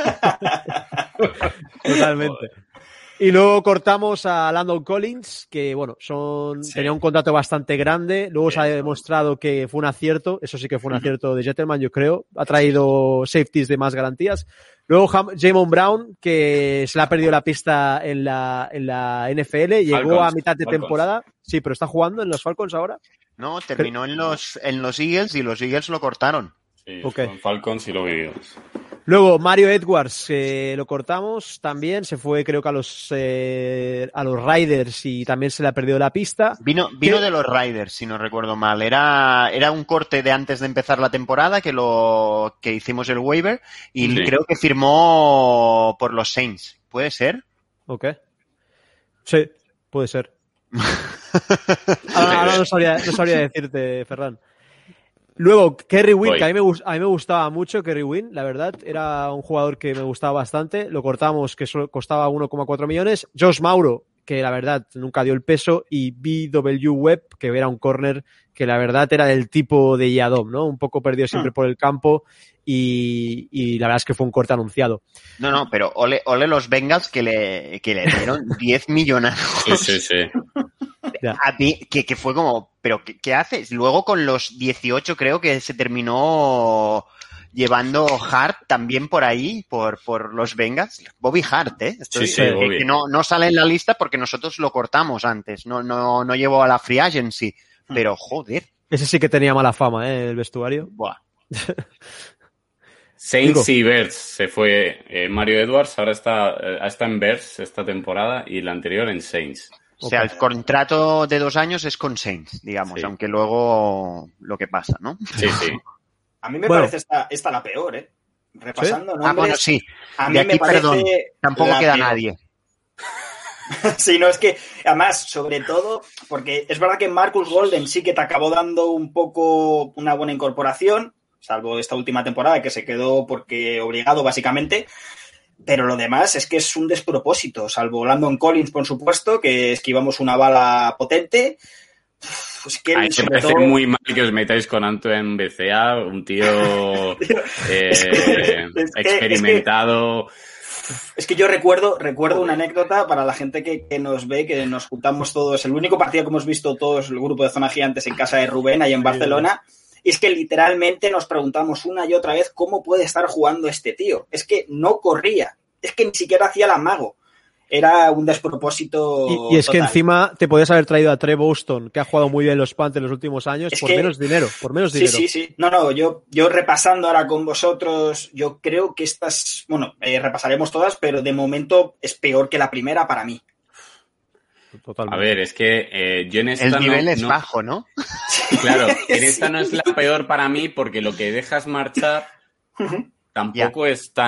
Totalmente. Y luego cortamos a Landon Collins, que bueno, son Sí. tenía un contrato bastante grande. Luego se ha Eso. demostrado que fue un acierto. Eso sí que fue un acierto de Gentleman, yo creo. Ha traído safeties de más garantías. Luego Ham- Jamon Brown, que se le ha perdido la pista en la, en la N F L. Llegó Falcons, a mitad de Falcons. temporada. Sí, pero está jugando en los Falcons ahora. No, terminó en los, en los Eagles y los Eagles lo cortaron. Sí, Ok. con Falcons y luego Eagles. Luego Mario Edwards, eh, lo cortamos también, se fue creo que a los eh, a los Riders y también se le ha perdido la pista. Vino, vino ¿Qué? de los Riders, si no recuerdo mal. Era, era un corte de antes de empezar la temporada que lo que hicimos el waiver y Sí. creo que firmó por los Saints. ¿Puede ser? Ok. Sí, puede ser. Ahora, ahora no, sabría, no sabría decirte, Ferran. Luego, Kerry Wynn, Voy. que a mí, me, gus- a mí me gustaba mucho, Kerry Wynn, la verdad. Era un jugador que me gustaba bastante. Lo cortamos, que solo costaba uno coma cuatro millones. Josh Mauro, que la verdad nunca dio el peso. Y B W Webb, que era un corner que la verdad era del tipo de Yadom, ¿no? Un poco perdido siempre por el campo. Y, y la verdad es que fue un corte anunciado. No, no, pero ole, ole los Bengals que le, que le dieron diez millones. Sí, sí, sí. Ya. A mí, que, que fue como, ¿pero qué, qué haces? Luego con los dieciocho creo que se terminó llevando Hart también por ahí, por, por los Bengals. Bobby Hart, ¿eh? Estoy- Sí, sí, que, Bobby. que no, no sale en la lista porque nosotros lo cortamos antes. No, no, no llevó a la Free Agency. Pero, joder. Ese sí que tenía mala fama, ¿eh? El vestuario. Buah. Saints Digo. y Bears se fue eh, Mario Edwards, ahora está, eh, está en Bears esta temporada y la anterior en Saints. O sea, el contrato de dos años es con Saints, digamos, Sí. aunque luego lo que pasa, ¿no? Sí, sí. A mí me Bueno. parece esta, esta la peor, ¿eh? Repasando nombres. Ah, bueno, sí. A mí De me aquí, parece perdón, tampoco la queda peor. nadie. Sí, no, es que, además, sobre todo, porque es verdad que Marcus Golden sí que te acabó dando un poco una buena incorporación, salvo esta última temporada que se quedó porque obligado, básicamente, pero lo demás es que es un despropósito, salvo Landon Collins, por supuesto, que esquivamos una bala potente. pues que a mí me sobre parece todo... muy mal que os metáis con Antoine B C A, un tío eh, es que, es que, experimentado. Es que, es que yo recuerdo, recuerdo una anécdota para la gente que, que nos ve, que nos juntamos todos, el único partido que hemos visto todos, el grupo de Zona Gigantes en casa de Rubén, ahí en Barcelona, y es que literalmente nos preguntamos una y otra vez cómo puede estar jugando este tío. Es que no corría, es que ni siquiera hacía el amago. Era un despropósito. Y, y es total. que encima te podías haber traído a Trey Boston, que ha jugado muy bien los Panthers en los últimos años, es por que... menos dinero, por menos sí, dinero. Sí, sí, sí. No, no, yo, yo repasando ahora con vosotros, yo creo que estas, bueno, eh, repasaremos todas, pero de momento es peor que la primera para mí. Totalmente. A ver, es que eh, yo en esta El nivel no, es no, bajo, ¿no? Claro, en esta Sí. no es la peor para mí porque lo que dejas marchar tampoco yeah. es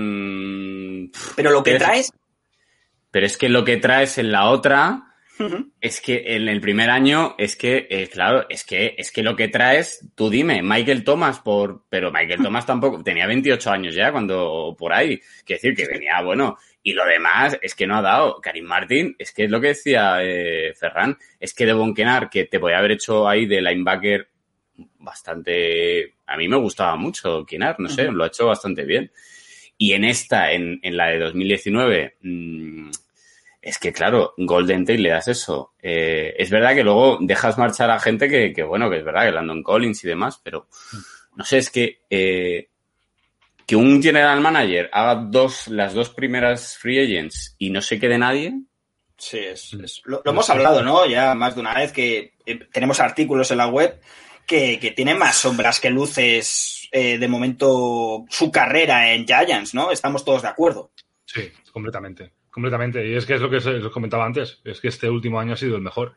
tan... Pero lo que traes... Pero es que lo que traes en la otra uh-huh. es que en el primer año es que, eh, claro, es que es que lo que traes, tú dime, Michael Thomas, por pero Michael Thomas tampoco, tenía veintiocho años ya cuando por ahí, quiere decir que venía, bueno, y lo demás es que no ha dado. Karim Martin, es que es lo que decía eh, Ferran, es que Devon Kennard, que te podía haber hecho ahí de linebacker bastante, a mí me gustaba mucho Kennard, no sé, uh-huh. lo ha hecho bastante bien. Y en esta, en, en la de dos mil diecinueve, mmm, es que, claro, Golden Tate le das eso. Eh, es verdad que luego dejas marchar a gente que, que, bueno, que es verdad, que Landon Collins y demás, pero no sé, es que eh, que un general manager haga dos, las dos primeras free agents y no se quede nadie. Sí, es, es lo, lo hemos hablado, ¿no? Ya más de una vez que eh, tenemos artículos en la web que, que tienen más sombras que luces. Eh, de momento su carrera en Giants, ¿no? Estamos todos de acuerdo. Sí, completamente, completamente. Y es que es lo que os comentaba antes, es que este último año ha sido el mejor.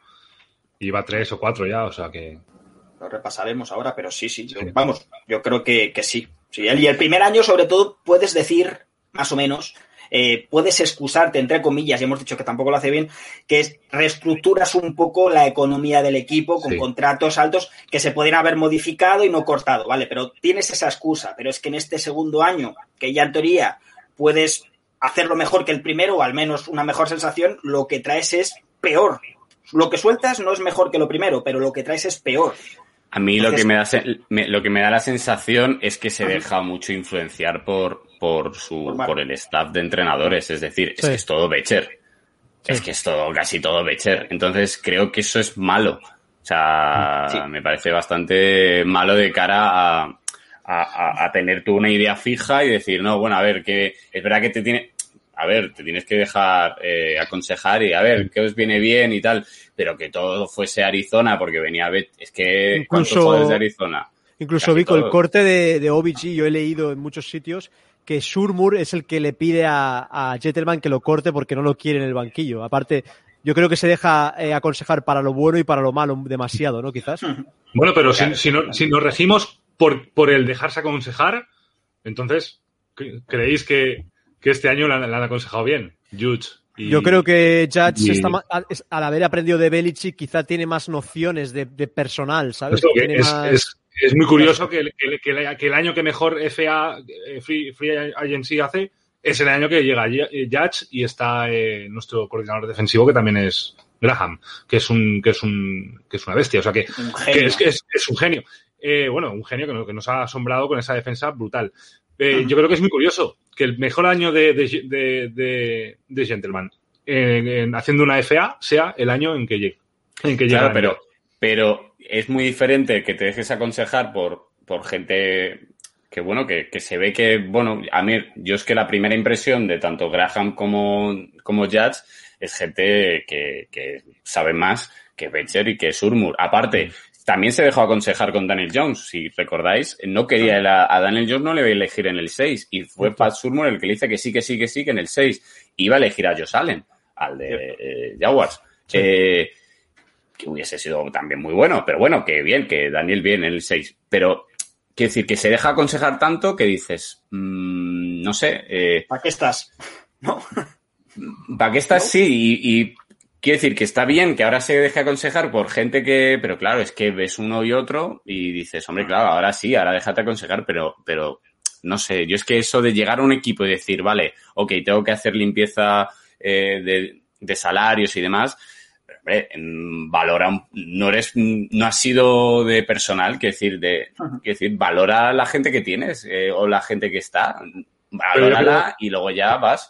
Y va tres o cuatro ya, o sea que... Lo repasaremos ahora, pero sí, sí. Yo, sí. Vamos, yo creo que, que sí. sí. Y el primer año, sobre todo, puedes decir, más o menos... Eh, puedes excusarte, entre comillas, y hemos dicho que tampoco lo hace bien, que es reestructuras un poco la economía del equipo con sí. contratos altos que se pueden haber modificado y no cortado, ¿vale? Pero tienes esa excusa, pero es que en este segundo año, que ya en teoría puedes hacerlo mejor que el primero, o al menos una mejor sensación, lo que traes es peor. Lo que sueltas no es mejor que lo primero, pero lo que traes es peor. A mí Entonces, lo que me da me, lo que me da la sensación es que se deja mucho influenciar por por su por, por el staff de entrenadores, es decir, sí. es que es todo Becher. Sí. Es que es todo casi todo Becher. Entonces, creo que eso es malo. O sea, sí. me parece bastante malo de cara a, a, a tener tú una idea fija y decir, no, bueno, a ver, que es verdad que te tiene a ver, te tienes que dejar eh, aconsejar y a ver qué os viene bien y tal, pero que todo fuese Arizona porque venía a ver, es que incluso, ¿cuántos jugadores de Arizona? Incluso vi con el corte de, de O B G, yo he leído en muchos sitios que Shurmur es el que le pide a, a Gentleman que lo corte porque no lo quiere en el banquillo. Aparte, yo creo que se deja eh, aconsejar para lo bueno y para lo malo demasiado, ¿no? Quizás. Bueno, pero si, si, no, si nos regimos por, por el dejarse aconsejar, entonces, ¿creéis que que este año la, la han aconsejado bien? Judge. Y, Yo creo que Judge, y, está más, al haber aprendido de Belichick, quizá tiene más nociones de, de personal, ¿sabes? Eso, tiene es, más... es, es muy curioso que, que, que, que el año que mejor F A, Free, Free Agency hace, es el año que llega Judge y está eh, nuestro coordinador defensivo, que también es Graham, que es un que es un que es una bestia, o sea que, que es, es, es un genio. Eh, bueno, un genio que nos, que nos ha asombrado con esa defensa brutal. Eh, uh-huh. Yo creo que es muy curioso que el mejor año de, de, de, de, de Gentleman en, en haciendo una F A sea el año en que llegue. En que claro, pero, pero es muy diferente que te dejes aconsejar por, por gente que, bueno, que, que se ve que, bueno, a mí, yo es que la primera impresión de tanto Graham como, como Judge es gente que, que sabe más que Becher y que Shurmur. Aparte, también se dejó aconsejar con Daniel Jones, si recordáis. No quería el, a Daniel Jones, no le iba a elegir en el seis. Y fue Pat Shurmur el que le dice que sí, que sí, que sí, que en el seis. Iba a elegir a Josh Allen, al de eh, Jaguars. Sí. Eh, que hubiese sido también muy bueno. Pero bueno, que bien, que Daniel bien en el seis. Pero, quiero decir, que se deja aconsejar tanto que dices, mmm, no sé. Eh, ¿Para qué estás? No. ¿Para qué estás? ¿No? Sí, y... y quiero decir que está bien que ahora se deje aconsejar por gente que... Pero claro, es que ves uno y otro y dices, hombre, claro, ahora sí, ahora déjate aconsejar, pero, pero no sé, yo es que eso de llegar a un equipo y decir, vale, ok, tengo que hacer limpieza eh, de, de salarios y demás, hombre, valora, no eres, no has sido de personal, que decir, de, que decir, valora la gente que tienes eh, o la gente que está, valórala y luego ya vas.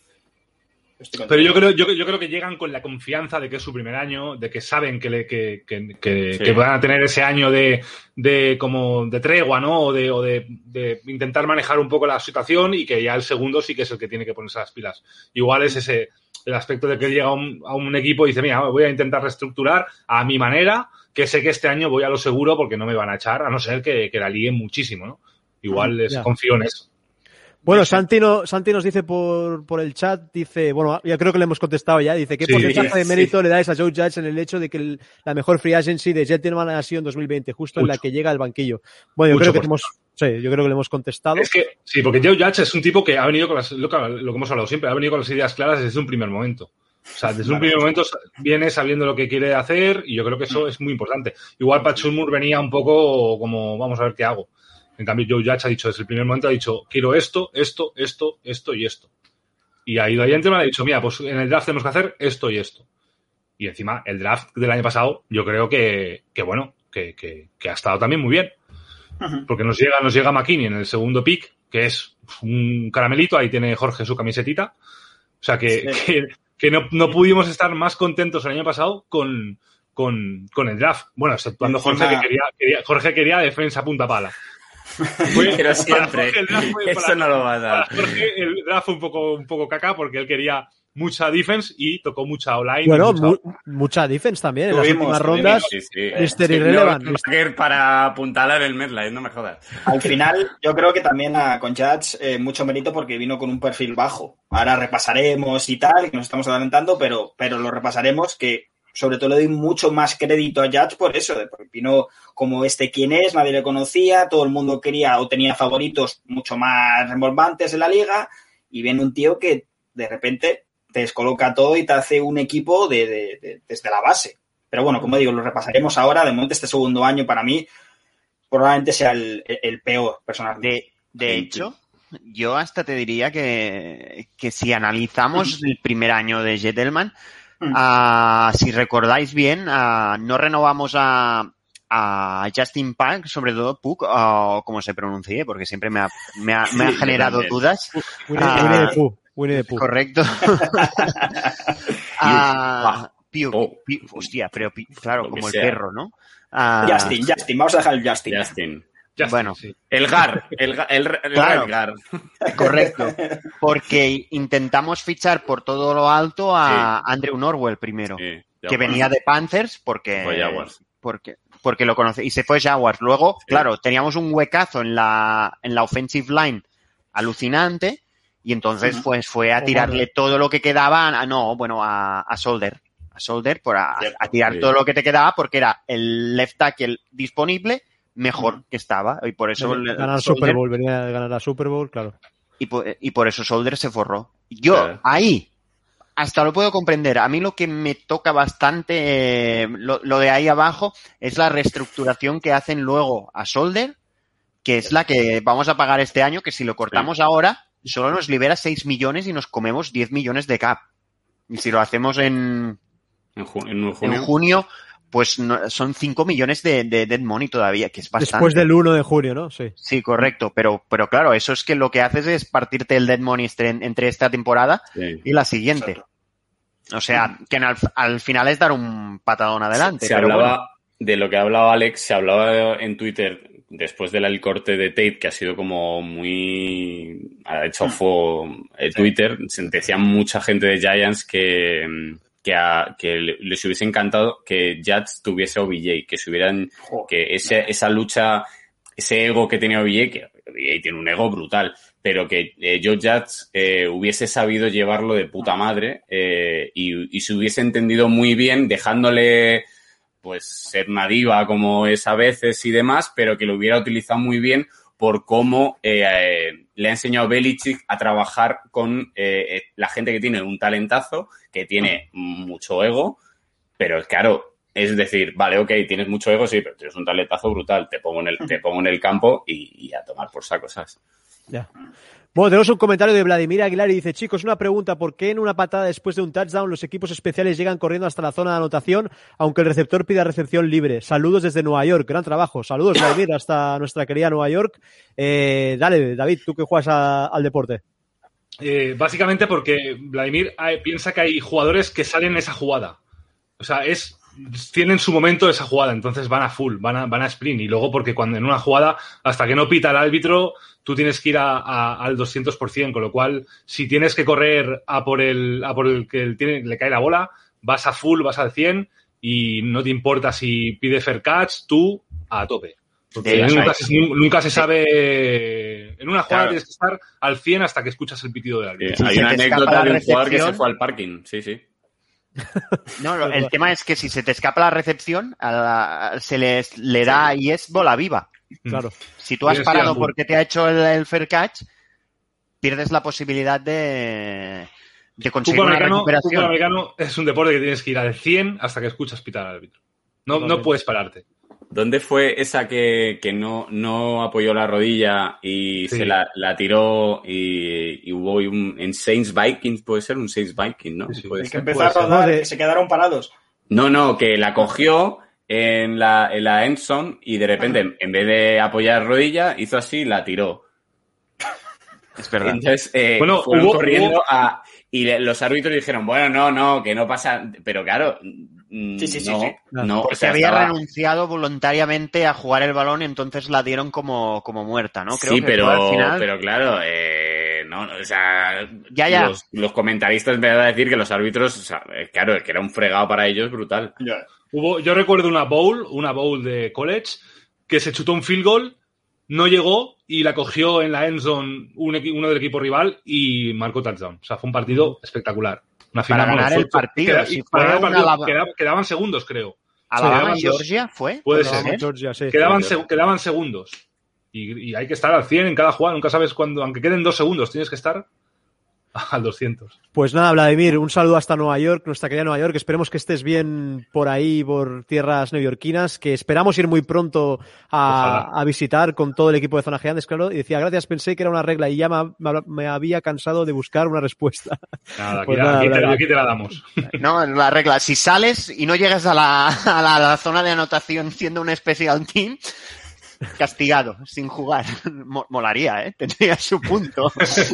Pero yo creo, yo, yo creo que llegan con la confianza de que es su primer año, de que saben que, le, que, que, que, sí. que van a tener ese año de, de como de tregua, ¿no? O de, o de, de intentar manejar un poco la situación y que ya el segundo sí que es el que tiene que ponerse las pilas. Igual es ese el aspecto de que él llega a un, a un equipo y dice, mira, voy a intentar reestructurar a mi manera, que sé que este año voy a lo seguro porque no me van a echar, a no ser que, que la líen muchísimo, ¿no? Igual les ya. confío en eso. Bueno, Santi, no, Santi nos dice por, por el chat, dice, bueno, ya creo que le hemos contestado ya, dice, ¿qué Sí, porcentaje sí. de mérito le dais a Joe Judge en el hecho de que el, la mejor free agency de Gentleman ha sido en dos mil veinte, justo Mucho. en la que llega al banquillo? Bueno, yo Mucho creo que hemos, sí, yo creo que le hemos contestado. Es que, sí, porque Joe Judge es un tipo que ha venido con las, lo que, lo que hemos hablado siempre, ha venido con las ideas claras desde un primer momento. O sea, desde un primer momento viene sabiendo lo que quiere hacer y yo creo que eso es muy importante. Igual Pat Shurmur venía un poco como, vamos a ver qué hago. En cambio, Joe Judge ha dicho, desde el primer momento ha dicho, quiero esto, esto, esto, esto y esto. Y ha ido ahí encima y ha dicho, mira, pues en el draft tenemos que hacer esto y esto. Y encima, el draft del año pasado, yo creo que, que bueno, que, que, que ha estado también muy bien. Porque nos llega, nos llega McKinney en el segundo pick, que es un caramelito, ahí tiene Jorge su camisetita. O sea que, sí. que, que no, no pudimos estar más contentos el año pasado con, con, con el draft. Bueno, exceptuando Jorge, que quería, quería, Jorge quería defensa punta pala. Fue, pero siempre, fue, eso no lo va a dar. Jorge, el draft fue un poco, un poco caca porque él quería mucha defense y tocó mucha online. Bueno, mucha, mu mucha defense también. Tuvimos, en las últimas rondas, sí, sí. mister Irrelevant. No, para apuntalar el MetLife, no me jodas. Al final, yo creo que también a, con Judge eh, mucho mérito porque vino con un perfil bajo. Ahora repasaremos y tal, que nos estamos adelantando, pero, pero lo repasaremos que sobre todo le doy mucho más crédito a Judge por eso, de porque vino como este quién es, nadie le conocía, todo el mundo quería o tenía favoritos mucho más remolvantes en la liga y viene un tío que de repente te descoloca todo y te hace un equipo de, de, de, desde la base. Pero bueno, como digo, lo repasaremos ahora. De momento este segundo año para mí probablemente sea el, el peor personalmente. De, de hecho, yo hasta te diría que, que si analizamos el primer año de Gentleman, Uh, si recordáis bien, uh, no renovamos a, a Justin Park, sobre todo Puck, o uh, como se pronuncie, porque siempre me ha, me ha, me ha sí, generado dudas. Winnie the Pooh. Winnie the Pooh. Correcto. uh, Piu, Piu, hostia, pero Piu, claro, como el sea. perro, ¿no? Uh, Justin, Justin, vamos a dejar el Justin. Justin. Justin, bueno, sí. el Gar, el, el, el, claro, el Gar. Correcto, porque intentamos fichar por todo lo alto a sí. Andrew Norwell primero, sí, que venía de Panthers porque, porque, porque lo conoce y se fue Jaguars. Luego, sí. claro, teníamos un huecazo en la, en la offensive line alucinante y entonces uh-huh. pues fue a tirarle todo lo que quedaba, a, no, bueno, a, a Solder, a Solder, por a, a tirar sí. todo lo que te quedaba porque era el left tackle disponible mejor que estaba y por eso ganar Super Bowl, venía a ganar la Super Bowl, claro. Y por, y por eso Solder se forró. Yo claro. ahí hasta lo puedo comprender. A mí lo que me toca bastante eh, lo, lo de ahí abajo es la reestructuración que hacen luego a Solder, que es la que vamos a pagar este año, que si lo cortamos sí. ahora solo nos libera seis millones y nos comemos diez millones de cap. Y si lo hacemos en en, ju en, junio. en junio pues no, son cinco millones de, de dead money todavía, que es bastante. Después del uno de junio, ¿no? Sí. Sí, correcto. Pero, pero claro, eso es que lo que haces es partirte el dead money entre esta temporada sí. y la siguiente. Exacto. O sea, que al, al final es dar un patadón adelante. Se pero hablaba bueno. de lo que ha hablado Alex, se hablaba en Twitter después del corte de Tate, que ha sido como muy... ha hecho fuego en Twitter. Se decía mucha gente de Giants que... Que, a, que les hubiese encantado que Judge tuviese O B J, que se hubieran, que ese, esa lucha, ese ego que tenía O B J, que O B J tiene un ego brutal, pero que eh, Joe Judge eh, hubiese sabido llevarlo de puta madre eh, y, y se hubiese entendido muy bien, dejándole pues ser una diva como es a veces y demás, pero que lo hubiera utilizado muy bien por cómo eh, eh, le ha enseñado Belichick a trabajar con eh, la gente que tiene un talentazo, que tiene mucho ego, pero claro, es decir, vale, ok, tienes mucho ego, sí, pero tienes un talentazo brutal, te pongo en el, te pongo en el campo y, y a tomar por saco, ¿sabes? Ya. Bueno, tenemos un comentario de Vladimir Aguilar y dice, chicos, una pregunta, ¿por qué en una patada después de un touchdown los equipos especiales llegan corriendo hasta la zona de anotación aunque el receptor pida recepción libre? Saludos desde Nueva York, gran trabajo. Saludos, Vladimir, hasta nuestra querida Nueva York. Eh, dale, David, tú que juegas a, al deporte. Eh, básicamente porque Vladimir hay, piensa que hay jugadores que salen en esa jugada. O sea, es tienen su momento esa jugada, entonces van a full, van a, van a sprint. Y luego porque cuando en una jugada, hasta que no pita el árbitro, tú tienes que ir a, a, al doscientos por ciento, con lo cual, si tienes que correr a por el, a por el que el tiene, le cae la bola, vas a full, vas al cien y no te importa si pide fair catch, tú a tope. Porque nunca se, nunca se sabe... En una jugada claro. Tienes que estar al cien hasta que escuchas el pitido del árbitro. Sí, hay una anécdota de un jugador que se fue al parking, sí, sí. No, el tema es que si se te escapa la recepción, a la, se les, le da sí. Y es bola viva. Claro. Si tú has parado porque te ha hecho el, el fair catch, pierdes la posibilidad de, de conseguir una recuperación. El fútbol americano es un deporte que tienes que ir al cien hasta que escuchas pitar al árbitro. No, no puedes pararte. ¿Dónde fue esa que, que no, no apoyó la rodilla y sí. se la, la tiró y, y hubo un en Saints Vikings, puede ser un Saints Vikings, ¿no? Sí, sí. Puede que ser. empezó a rodar y se quedaron parados. No, no, que la cogió en la, en la end zone y de repente Ajá. en vez de apoyar la rodilla hizo así y la tiró. Es verdad. Entonces eh, bueno, fueron hubo, corriendo hubo... a y los árbitros dijeron, bueno, no, no, que no pasa, pero claro. Sí, sí, sí. No, sí. no, porque o sea, había estaba... renunciado voluntariamente a jugar el balón y entonces la dieron como, como muerta, ¿no? Creo sí, que pero, al final... pero claro, eh, no, o sea, ya, ya. Los, los comentaristas empezaron a decir que los árbitros, o sea, claro, que era un fregado para ellos brutal. Ya. Hubo, yo recuerdo una bowl, una bowl de college, que se chutó un field goal, no llegó y la cogió en la end zone un, uno del equipo rival y marcó touchdown. O sea, fue un partido espectacular. Una final, para ganar bueno, el partido. Queda, si para ganar el partido Alabama. quedaba, quedaban segundos, creo. ¿Alabama sí, Georgia fue? Puede Alabama, ser. Georgia, sí. Quedaban, sí, se, quedaban segundos. Y, y hay que estar al cien en cada jugada. Nunca sabes cuándo, aunque queden dos segundos, tienes que estar al doscientos. Pues nada, Vladimir, un saludo hasta Nueva York, nuestra querida Nueva York. Esperemos que estés bien por ahí, por tierras neoyorquinas, que esperamos ir muy pronto a, a visitar con todo el equipo de Zona Gigantes, claro. Y decía, gracias, pensé que era una regla y ya me, me había cansado de buscar una respuesta. Nada, aquí, pues nada, aquí, te, aquí te la damos. No, la regla, si sales y no llegas a la, a la, a la zona de anotación siendo un special team, castigado, sin jugar. Molaría, ¿eh? Tendría su punto.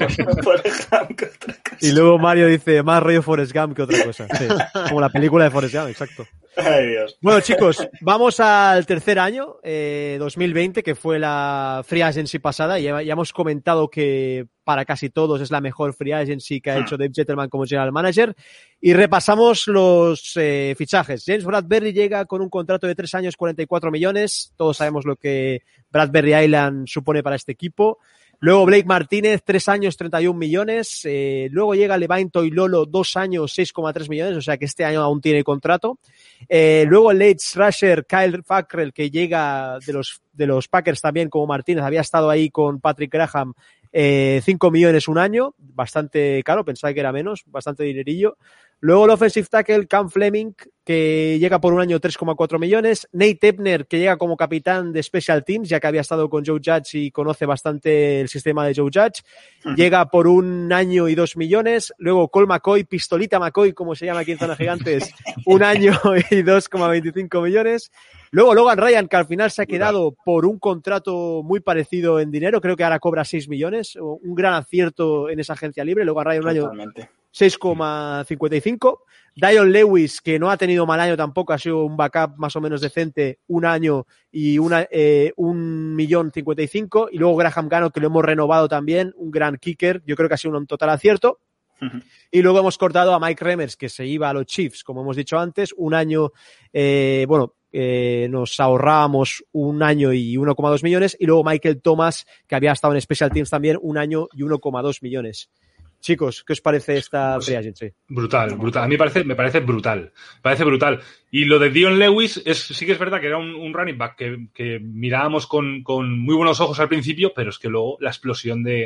Y luego Mario dice, más rollo Forrest Gump que otra cosa. Sí, como la película de Forrest Gump, exacto. Ay, Dios. Bueno, chicos, vamos al tercer año, eh, dos mil veinte, que fue la Free Agency pasada. Ya, ya hemos comentado que para casi todos es la mejor Free Agency que ha hecho Dave Gettleman como General Manager. Y repasamos los eh, fichajes. James Bradberry llega con un contrato de tres años, cuarenta y cuatro millones. Todos sabemos lo que Bradberry Island supone para este equipo. Luego Blake Martínez, tres años, treinta y un millones. Eh, luego llega Levine Toilolo, dos años, seis coma tres millones. O sea que este año aún tiene contrato. Eh, luego el edge rusher Kyle Fackrell, que llega de los, de los Packers también como Martínez. Había estado ahí con Patrick Graham. Eh, cinco millones un año, bastante caro, pensaba que era menos, bastante dinerillo. Luego el offensive tackle Cam Fleming, que llega por un año tres coma cuatro millones. Nate Ebner, que llega como capitán de Special Teams, ya que había estado con Joe Judge y conoce bastante el sistema de Joe Judge. Uh-huh. Llega por un año y dos millones. Luego Cole McCoy, Pistolita McCoy, como se llama aquí en Zona Gigantes, un año y dos coma veinticinco millones. Luego Logan Ryan, que al final se ha quedado por un contrato muy parecido en dinero, creo que ahora cobra seis millones, un gran acierto en esa agencia libre. Logan Ryan un año seis coma cincuenta y cinco. Dion Lewis, que no ha tenido mal año tampoco, ha sido un backup más o menos decente, un año y una, eh, un millón cincuenta y cinco. Y luego Graham Gano, que lo hemos renovado también, un gran kicker, yo creo que ha sido un total acierto. Uh-huh. Y luego hemos cortado a Mike Remers, que se iba a los Chiefs, como hemos dicho antes, un año, eh, bueno, Eh, nos ahorrábamos un año y uno coma dos millones, y luego Michael Thomas, que había estado en Special Teams también, un año y uno coma dos millones. Chicos, ¿qué os parece esta free agency? Brutal, brutal. A mí me parece, me parece brutal. Me parece brutal. Y lo de Dion Lewis, es, sí que es verdad que era un, un running back que, que mirábamos con, con muy buenos ojos al principio, pero es que luego la explosión de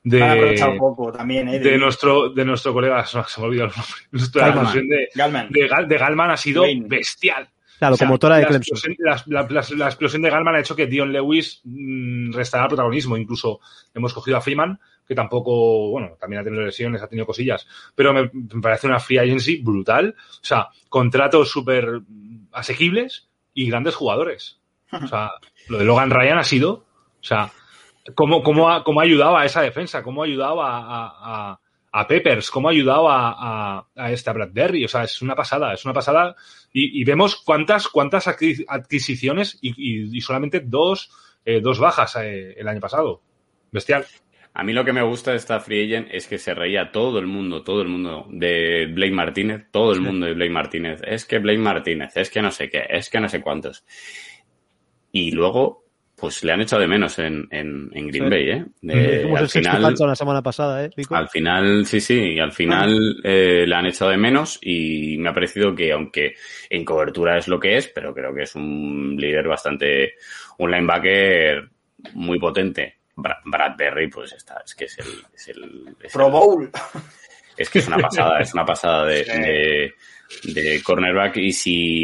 de, un poco también, ¿eh? de, de nuestro de nuestro colega, se me ha olvidado el nombre, la explosión de, Gallman. De, de Gallman ha sido Wayne. bestial. La locomotora o sea, de la Clemson. explosión, la, la, la, la explosión de Gallman ha hecho que Dion Lewis mmm, restará protagonismo. Incluso hemos cogido a Freeman, que tampoco, bueno, también ha tenido lesiones, ha tenido cosillas, pero me, me parece una free agency brutal. O sea, contratos súper asequibles y grandes jugadores. O sea, lo de Logan Ryan ha sido, o sea, cómo, cómo, ha, cómo ha ayudado a esa defensa, cómo ha ayudado a, a, a Peppers, cómo ha ayudado a, a, a este a Bradbury. O sea, es una pasada, es una pasada. Y, y vemos cuántas, cuántas adquisiciones y, y, y solamente dos, eh, dos bajas eh, el año pasado. Bestial. A mí lo que me gusta de esta free agent es que se reía todo el mundo, todo el mundo de Blake Martínez, todo el sí. mundo de Blake Martínez. Es que Blake Martínez, es que no sé qué, es que no sé cuántos. Y luego, pues le han echado de menos en, en, en Green sí. Bay, ¿eh? De, Como al el final, sexto la semana pasada, ¿eh, Pico? Al final, sí, sí, al final eh, le han echado de menos y me ha parecido que, aunque en cobertura es lo que es, pero creo que es un líder bastante, un linebacker muy potente. Bradbury, pues está, es que es el... Es el es Pro Bowl. El, es que es una pasada, es una pasada de, sí. de, de cornerback. Y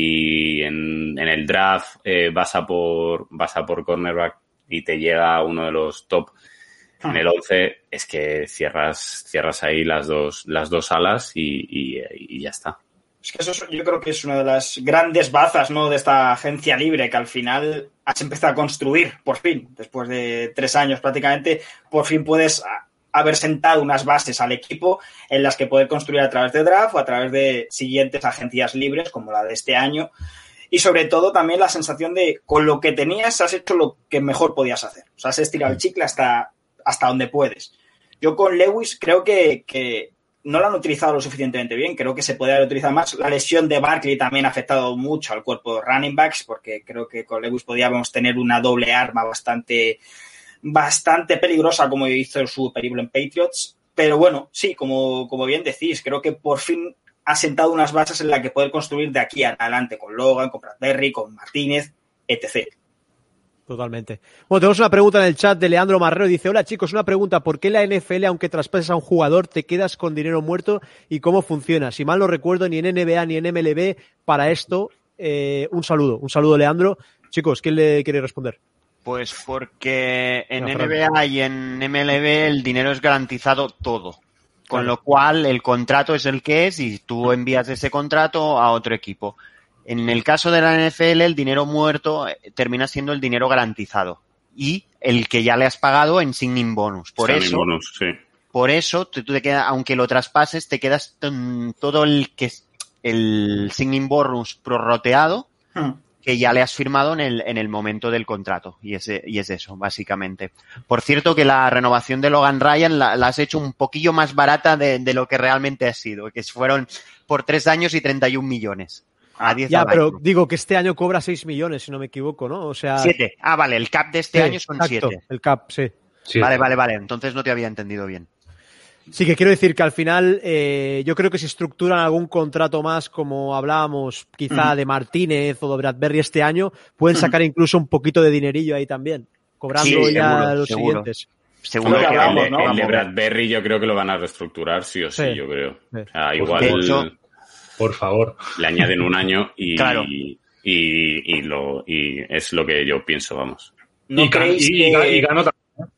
si en, en el draft eh, vas a por vas a por cornerback y te llega uno de los top en el once, es que cierras cierras ahí las dos las dos alas y, y, y ya está. Es que eso es, yo creo que es una de las grandes bazas, ¿no?, de esta agencia libre, que al final has empezado a construir, por fin, después de tres años prácticamente, por fin puedes haber sentado unas bases al equipo en las que poder construir a través de draft o a través de siguientes agencias libres, como la de este año. Y sobre todo también la sensación de, con lo que tenías, has hecho lo que mejor podías hacer. O sea, has estirado el chicle hasta, hasta donde puedes. Yo con Lewis creo que... que no lo han utilizado lo suficientemente bien, creo que se puede haber utilizado más. La lesión de Barkley también ha afectado mucho al cuerpo de running backs, porque creo que con Lewis podíamos tener una doble arma bastante, bastante peligrosa, como hizo su periplo en Patriots. Pero bueno, sí, como, como bien decís, creo que por fin ha sentado unas bases en las que poder construir de aquí adelante, con Logan, con Bradbury, con Martínez, etcétera. Totalmente. Bueno, tenemos una pregunta en el chat de Leandro Marrero. Dice, hola chicos, una pregunta. ¿Por qué la N F L, aunque traspases a un jugador, te quedas con dinero muerto y cómo funciona? Si mal no recuerdo, ni en N B A ni en M L B para esto. Eh, un saludo. Un saludo, Leandro. Chicos, ¿quién le quiere responder? Pues porque en N B A y en M L B el dinero es garantizado todo. Con lo cual el contrato es el que es y tú envías ese contrato a otro equipo. En el caso de la N F L, el dinero muerto termina siendo el dinero garantizado y el que ya le has pagado en signing bonus. Por signing eso, bonus, sí. Por eso, tú te quedas, aunque lo traspases, te quedas todo el que el signing bonus prorroteado hmm. que ya le has firmado en el en el momento del contrato y es y es eso, básicamente. Por cierto, que la renovación de Logan Ryan la, la has hecho un poquillo más barata de, de lo que realmente ha sido, que fueron por tres años y treinta y un millones. A diez ya, pero año. Digo que este año cobra seis millones, si no me equivoco, ¿no? O sea... siete. Ah, vale, el cap de este sí, año son exacto, siete. El cap, sí. sí. Vale, vale, vale. Entonces no te había entendido bien. Sí, que quiero decir que al final eh, yo creo que si estructuran algún contrato más, como hablábamos quizá Mm. de Martínez o de Bradbury este año, pueden sacar incluso un poquito de dinerillo ahí también, cobrando Sí, ya seguro, los seguro. siguientes. Seguro Lo que que hablamos, El, ¿no? el de Bradbury yo creo que lo van a reestructurar sí o sí, Sí. yo creo. Sí. O sea, igual de hecho, Por favor. le añaden un año y, Claro. y, y, lo, y es lo que yo pienso, vamos. ¿No y, creéis y, que... y ganó también.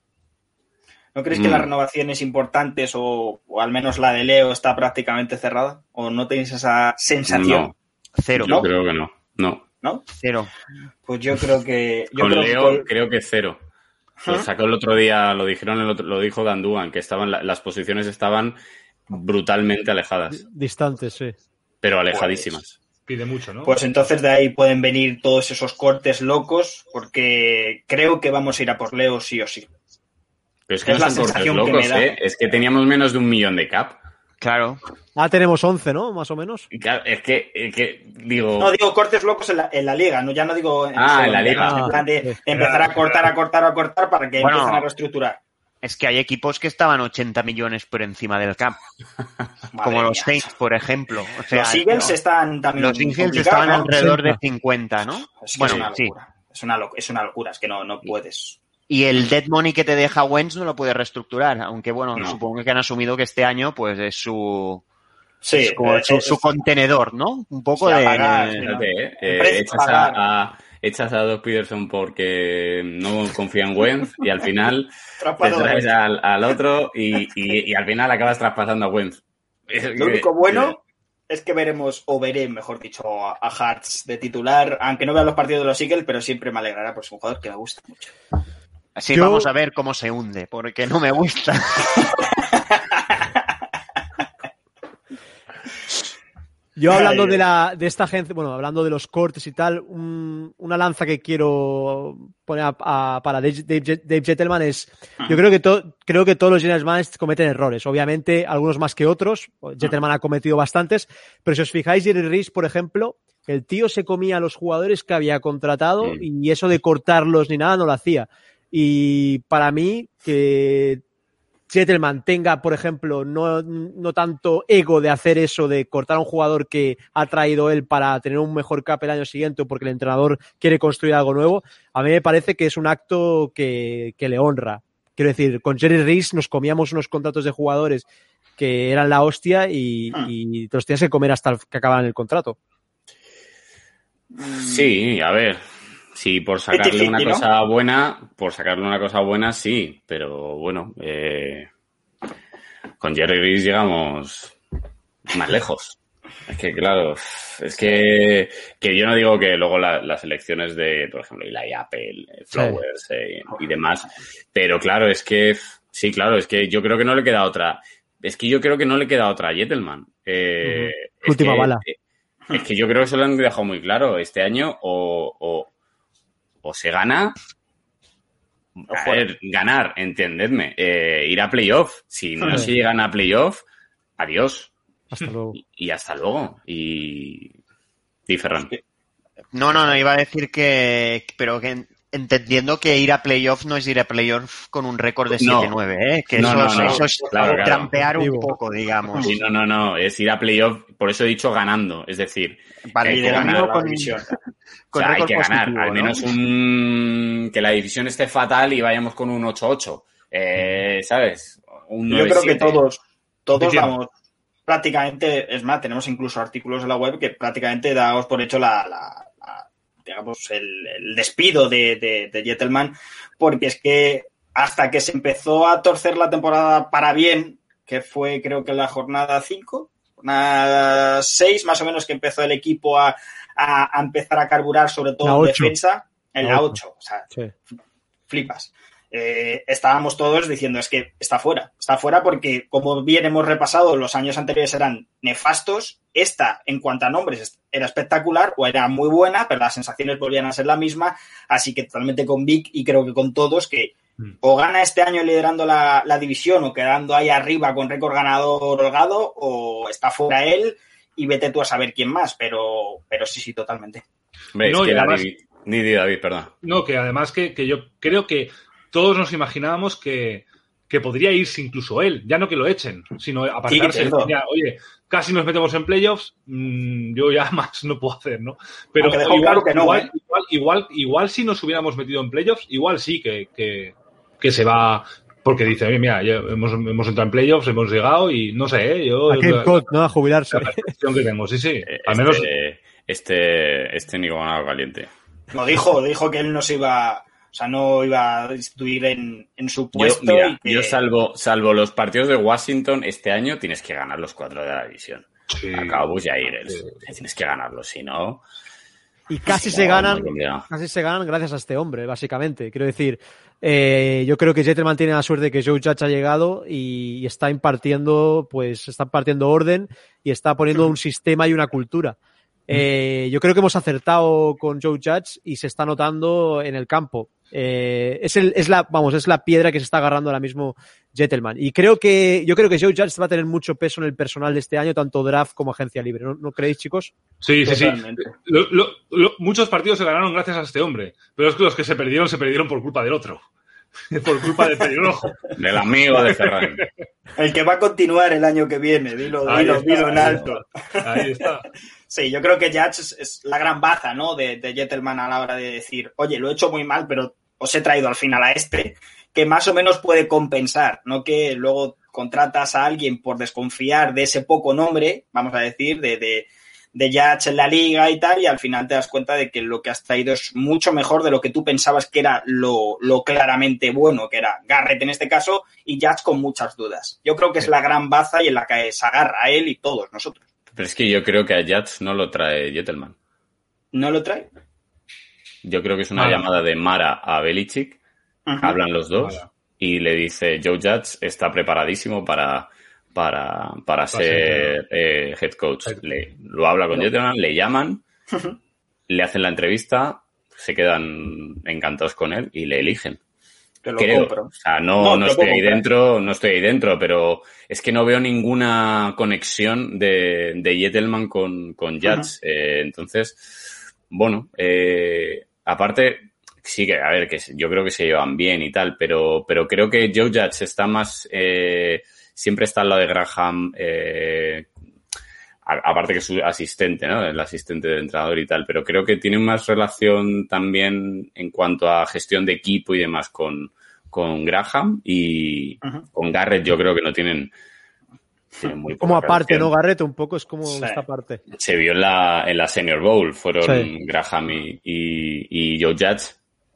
¿No creéis que Mm. las renovaciones importantes o, o al menos la de Leo está prácticamente cerrada? ¿O no tenéis esa sensación? No, cero. yo ¿No? creo que no. No. ¿No? Cero. Pues yo creo que... Yo Con creo Leo que con- creo que cero. Lo ¿Ah? sacó el otro día, lo dijeron el otro, lo dijo Ganduan, que estaban la- las posiciones estaban brutalmente alejadas, Distantes, sí. pero alejadísimas. Pide mucho, ¿no? Pues entonces de ahí pueden venir todos esos cortes locos, porque creo que vamos a ir a por Leo sí o sí. Pero es que Es no la son cortes sensación que locos, me da. ¿eh? Es que teníamos menos de un millón de cap. Claro. Ah, tenemos once, ¿no? Más o menos. Y claro, es que, es que digo... No digo cortes locos en la, en la liga, no ya no digo en, Ah, solo en la liga. en plan de, Ah, de sí. empezar a cortar, a cortar, a cortar para que Bueno. empiecen a reestructurar. Es que hay equipos que estaban ochenta millones por encima del cap, Madre como los mía. Saints, por ejemplo. O sea, Los Eagles no, están también los Eagles complicados, estaban ¿no? alrededor de ochenta. cincuenta, ¿no? Es que Bueno, es una sí. locura. Es una, lo- es una locura, es que no, no puedes. Y el dead money que te deja Wentz no lo puede reestructurar, aunque bueno, No. supongo que han asumido que este año pues es su Sí, es como eh, su, eh, su contenedor, ¿no? Un poco sí, de... apagar, de- Fíjate, ¿eh? Eh, Precio echas, pagar. a, a, echas a Doug Peterson porque no confía en Wentz y al final te Traspado de traes Wentz. al, al otro y, y, y al final acabas traspasando a Wentz. Es Lo que- único bueno es que veremos, o veré, mejor dicho, a, a Hartz de titular, aunque no vea los partidos de los Eagles, pero siempre me alegrará porque es un jugador que me gusta mucho. Así Yo- vamos a ver cómo se hunde, porque no me gusta. Yo hablando Ay, de la de esta agencia, bueno, hablando de los cortes y tal, un- una lanza que quiero poner a- a- para Dave, Dave- Dave Gettleman es, yo creo que to- creo que todos los general managers cometen errores, obviamente algunos más que otros. Gettleman ha cometido bastantes, pero si os fijáis, Jerry Reese, por ejemplo, el tío se comía a los jugadores que había contratado Mm. y eso de cortarlos ni nada no lo hacía. Y para mí que Gettleman tenga, por ejemplo, no, no tanto ego de hacer eso, de cortar a un jugador que ha traído él para tener un mejor cap el año siguiente o porque el entrenador quiere construir algo nuevo, a mí me parece que es un acto que, que le honra. Quiero decir, con Jerry Reese nos comíamos unos contratos de jugadores que eran la hostia y, Ah. y te los tienes que comer hasta el- que acaban el contrato. Sí, a ver, sí, por sacarle cincuenta, una ¿no? cosa buena, por sacarle una cosa buena, sí, pero bueno, eh, con Jerry Reese llegamos más lejos. Es que, claro, es que, que yo no digo que luego la- las elecciones de, por ejemplo, Eli Apple, eh, Flowers eh, y demás, pero claro, es que, sí, claro, es que yo creo que no le queda otra, es que yo creo que no le queda otra a Gettleman. Eh, es Última que- bala. Es que yo creo que se lo han dejado muy claro. Este año o, o, o se gana. A ver, ganar, entendedme. Eh, ir a playoff. Si no Sí. se llegan a playoff, adiós. Hasta luego. Y, y hasta luego. Y. Y Ferran. No, no, no, iba a decir que... Pero que entendiendo que ir a playoff no es ir a playoff con un récord de No. siete nueve, ¿eh? Que No, eso, no, es- no. eso es Claro, claro. trampear un Digo. poco, digamos. Sí, no, no, no. Es ir a playoff. Por eso he dicho ganando. Es decir, Vale, hay que liderando ganar la con, división. con o sea, hay récord que ganar. positivo, Al ¿no? menos un. Que la división esté fatal y vayamos con un ocho ocho. Eh, ¿Sabes? Un Yo nueve creo que siete. todos, todos Compitiendo. vamos, prácticamente, es más, tenemos incluso artículos en la web que prácticamente damos por hecho la, la- la- digamos, el, el despido de, de, de Gettleman, porque es que hasta que se empezó a torcer la temporada para bien, que fue creo que en la jornada cinco, jornada seis más o menos, que empezó el equipo a, a, a empezar a carburar, sobre La todo en ocho. defensa, en La la ocho. ocho, o sea, Sí. flipas. Eh, estábamos todos diciendo es que está fuera, está fuera porque como bien hemos repasado, los años anteriores eran nefastos, esta en cuanto a nombres era espectacular o era muy buena, pero las sensaciones volvían a ser la misma, así que totalmente con Vic y creo que con todos que Mm. o gana este año liderando la, la división o quedando ahí arriba con récord ganador holgado o está fuera él y vete tú a saber quién más, pero, pero sí, sí, totalmente. ¿Ves? No, y que la además- divi- Ni di, David, perdón. No, que además que, que yo creo que todos nos imaginábamos que, que podría irse incluso él, ya no que lo echen, sino apartarse. cierto. Ya, oye, casi nos metemos en playoffs, mmm, yo ya más no puedo hacer, ¿no? Pero Aunque dejó igual, claro que no, igual, ¿eh? igual, igual, igual si nos hubiéramos metido en playoffs, igual sí que, que, que se va, porque dice, oye, mira, ya hemos, hemos entrado en playoffs, hemos llegado y no sé, ¿eh? Yo, A Cape Cod, ¿no? A jubilarse. la percepción que tengo, sí, sí. Eh, Al menos Este, este, este Nico ganado caliente. Lo dijo, dijo que él no se iba, o sea, no iba a instituir en, en su Yo, puesto. mira, y que... yo salvo, salvo los partidos de Washington, este año tienes que ganar los cuatro de la división. sí. A Cowboys y a Eagles. Tienes que ganarlos, si no... Y casi no, se ganan, muy complicado. casi se ganan gracias a este hombre, básicamente. Quiero decir, eh, yo creo que Gettleman tiene la suerte de que Joe Judge ha llegado y, y está impartiendo, pues, está impartiendo orden y está poniendo un sistema y una cultura. Eh, yo creo que hemos acertado con Joe Judge y se está notando en el campo. Eh, es, el, es la, vamos, es la piedra que se está agarrando ahora mismo Gettleman. Y creo que, yo creo que Joe Judge va a tener mucho peso en el personal de este año, tanto draft como agencia libre. ¿No, no creéis, chicos? Sí, sí, sí. Totalmente. Lo- lo- lo- muchos partidos se ganaron gracias a este hombre, pero es que los que se perdieron se perdieron por culpa del otro. Por culpa del pelirrojo. Del amigo de Ferran. El que va a continuar el año que viene, dilo, Ahí dilo, está, dilo en ahí alto. Ahí está. Sí, yo creo que Judge es, es la gran baza, ¿no? De, de Gettleman a la hora de decir, oye, lo he hecho muy mal, pero os he traído al final a este, que más o menos puede compensar, no que luego contratas a alguien por desconfiar de ese poco nombre, vamos a decir, de, de, de Judge en la liga y tal, y al final te das cuenta de que lo que has traído es mucho mejor de lo que tú pensabas que era lo, lo claramente bueno, que era Garrett en este caso, y Judge con muchas dudas. Yo creo que es la gran baza y en la que se agarra a él y todos nosotros. Pero es que yo creo que a Judge no lo trae Gentleman. ¿No lo trae? Yo creo que es una Mara. llamada de Mara a Belichick, Uh-huh. hablan los dos, Mara. y le dice, Joe Judge está preparadísimo para, para, para ser eh, head coach. Le, lo habla con Gentleman, le llaman, Uh-huh. le hacen la entrevista, se quedan encantados con él y le eligen. Te lo Creo. compro. O sea, no, No, no te lo estoy puedo ahí comprar. dentro, no estoy ahí dentro, pero es que no veo ninguna conexión de, de Gentleman con, con Judge. Ajá. Eh, entonces, bueno, eh, aparte, sí que, a ver, que yo creo que se llevan bien y tal, pero, pero creo que Joe Judge está más, eh, siempre está al lado de Graham, eh, a- aparte que es su asistente, ¿no? El asistente del entrenador y tal, pero creo que tiene más relación también en cuanto a gestión de equipo y demás con, con Graham y Ujú. con Garrett yo creo que no tienen, tienen muy Como poca aparte, relación. ¿no, Garrett? Un poco es como Sí. esta parte. Se vio en la, en la Senior Bowl, fueron Sí. Graham y, y, y Joe Judge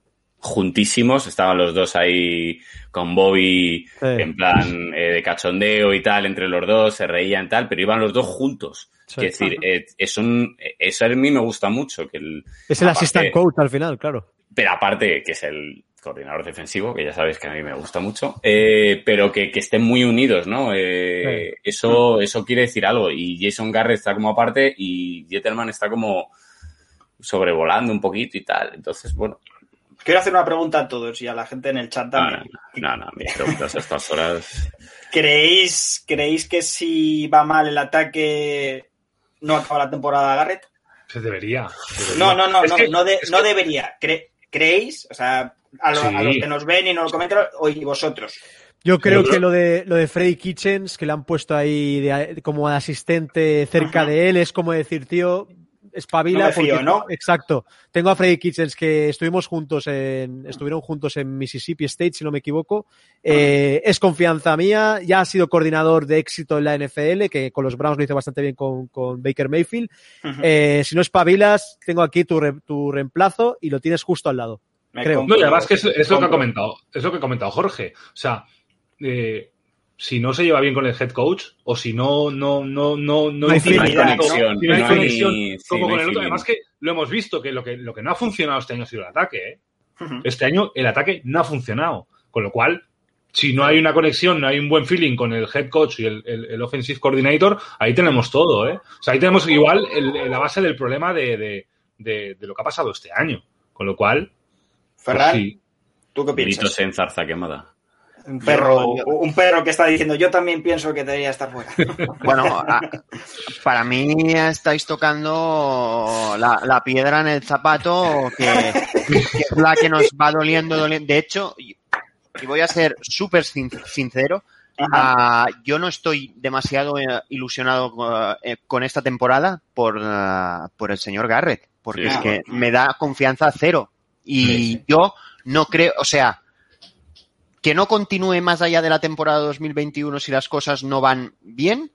juntísimos, estaban los dos ahí con Bobby Sí. en plan eh, de cachondeo y tal, entre los dos, se reían y tal, pero iban los dos juntos. Sí. Es decir, eh, es un, eso a mí me gusta mucho. Que el, Es el aparte- assistant coach al final, claro. Pero aparte, que es el coordinador defensivo, que ya sabéis que a mí me gusta mucho, eh, pero que, que estén muy unidos, ¿no? Eh, eso, eso quiere decir algo. Y Jason Garrett está como aparte y Gentleman está como sobrevolando un poquito y tal. Entonces, bueno, Quiero hacer una pregunta a todos y a la gente en el chat no, también. no, no, no, mis preguntas a estas horas. ¿Creéis, ¿Creéis que si va mal el ataque no acaba la temporada Garrett? Se debería. debería. No, no, no, Es no, que- no, de- es no que- debería. Cre- ¿Creéis? O sea, a, lo- Sí. a los que nos ven y nos lo comentan, hoy vosotros. Yo creo Yo que creo- lo de lo de Freddy Kitchens, que le han puesto ahí de- como asistente cerca Ajá. de él, es como decir, tío, espabila. No me fío, porque- ¿no? Exacto. Tengo a Freddy Kitchens que estuvimos juntos en, estuvieron juntos en Mississippi State, si no me equivoco. Eh, es confianza mía, ya ha sido coordinador de éxito en la N F L, que con los Browns lo hizo bastante bien con, con Baker Mayfield. Ujú. Eh, si no espabilas, tengo aquí tu, re- tu reemplazo y lo tienes justo al lado. Me creo. compro- No, y además que es, es lo que ha compro. comentado, es lo que ha comentado Jorge. O sea, eh, si no se lleva bien con el head coach, o si no, no, no, no, no, No hay entiende feeling, no hay tanto, conexión, si no hay no hay- conexión sí, como no con hay el otro. feeling. Además que lo hemos visto que lo que lo que no ha funcionado este año ha sido el ataque, ¿eh? Ujú. Este año el ataque no ha funcionado. Con lo cual, si no hay una conexión, no hay un buen feeling con el head coach y el, el, el offensive coordinator, ahí tenemos todo, ¿eh? O sea, ahí tenemos igual el- el- la base del problema de, de, de, de lo que ha pasado este año. Con lo cual, pues Ferran, sí. ¿tú qué Gritos piensas? en zarza quemada. Un perro, Yo- un perro que está diciendo, yo también pienso que debería estar fuera. Bueno, a- para mí estáis tocando la, la piedra en el zapato que, que es la que nos va doliendo, doliendo. De hecho, y y voy a ser súper sin- sincero, Ajá. ah, yo no estoy demasiado eh, ilusionado eh, con esta temporada por, ah, por el señor Garrett, porque Sí, es sí. que me da confianza cero. Y Sí, sí. yo no creo, o sea, que no continúe más allá de la temporada dos mil veintiuno si las cosas no van bien,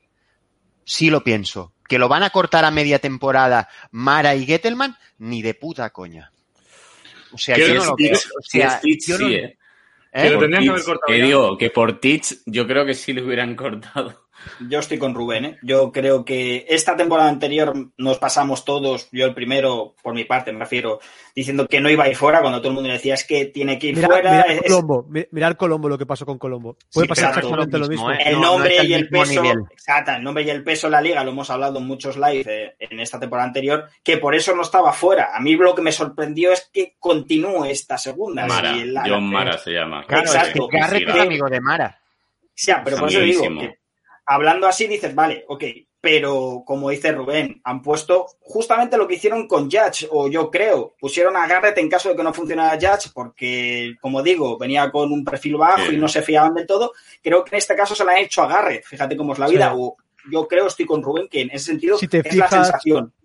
sí lo pienso. Que lo van a cortar a media temporada Mara y Gettelman, ni de puta coña. O sea, Que yo no es lo Teach, veo. O Si sea, es Teach, yo no- sí, ¿eh? ¿eh? Que lo Por tendrían que haber Teach, cortado que ya. digo, que por Teach yo creo que sí le hubieran cortado. Yo estoy con Rubén, ¿eh? Yo creo que esta temporada anterior nos pasamos todos, yo el primero, por mi parte, me refiero, diciendo que no iba a ir fuera cuando todo el mundo decía es que tiene que ir Mira, fuera. mirar es- Colombo, mi- mirar Colombo lo que pasó con Colombo. Puede Sí, pasar exacto. exactamente lo Lo mismo. mismo, ¿eh? El No, no nombre es el y el mismo peso, nivel. exacto, el nombre y el peso en la liga, lo hemos hablado en muchos live eh, en esta temporada anterior, que por eso no estaba fuera. A mí lo que me sorprendió es que continúe esta segunda. Mara, Y la- John la- Mara se llama. Claro, Exacto. es que Garrett siga. es amigo de Mara. Sí, pero por eso digo Amiguísimo. que hablando así dices, vale, ok, pero como dice Rubén, han puesto justamente lo que hicieron con Judge, o yo creo, pusieron a Garrett en caso de que no funcionara Judge, porque, como digo, venía con un perfil bajo Sí. y no se fiaban del todo. Creo que en este caso se la han hecho a Garrett, fíjate cómo es la vida, Sí. o yo creo, estoy con Rubén, que en ese sentido Si te es la fijas, sensación.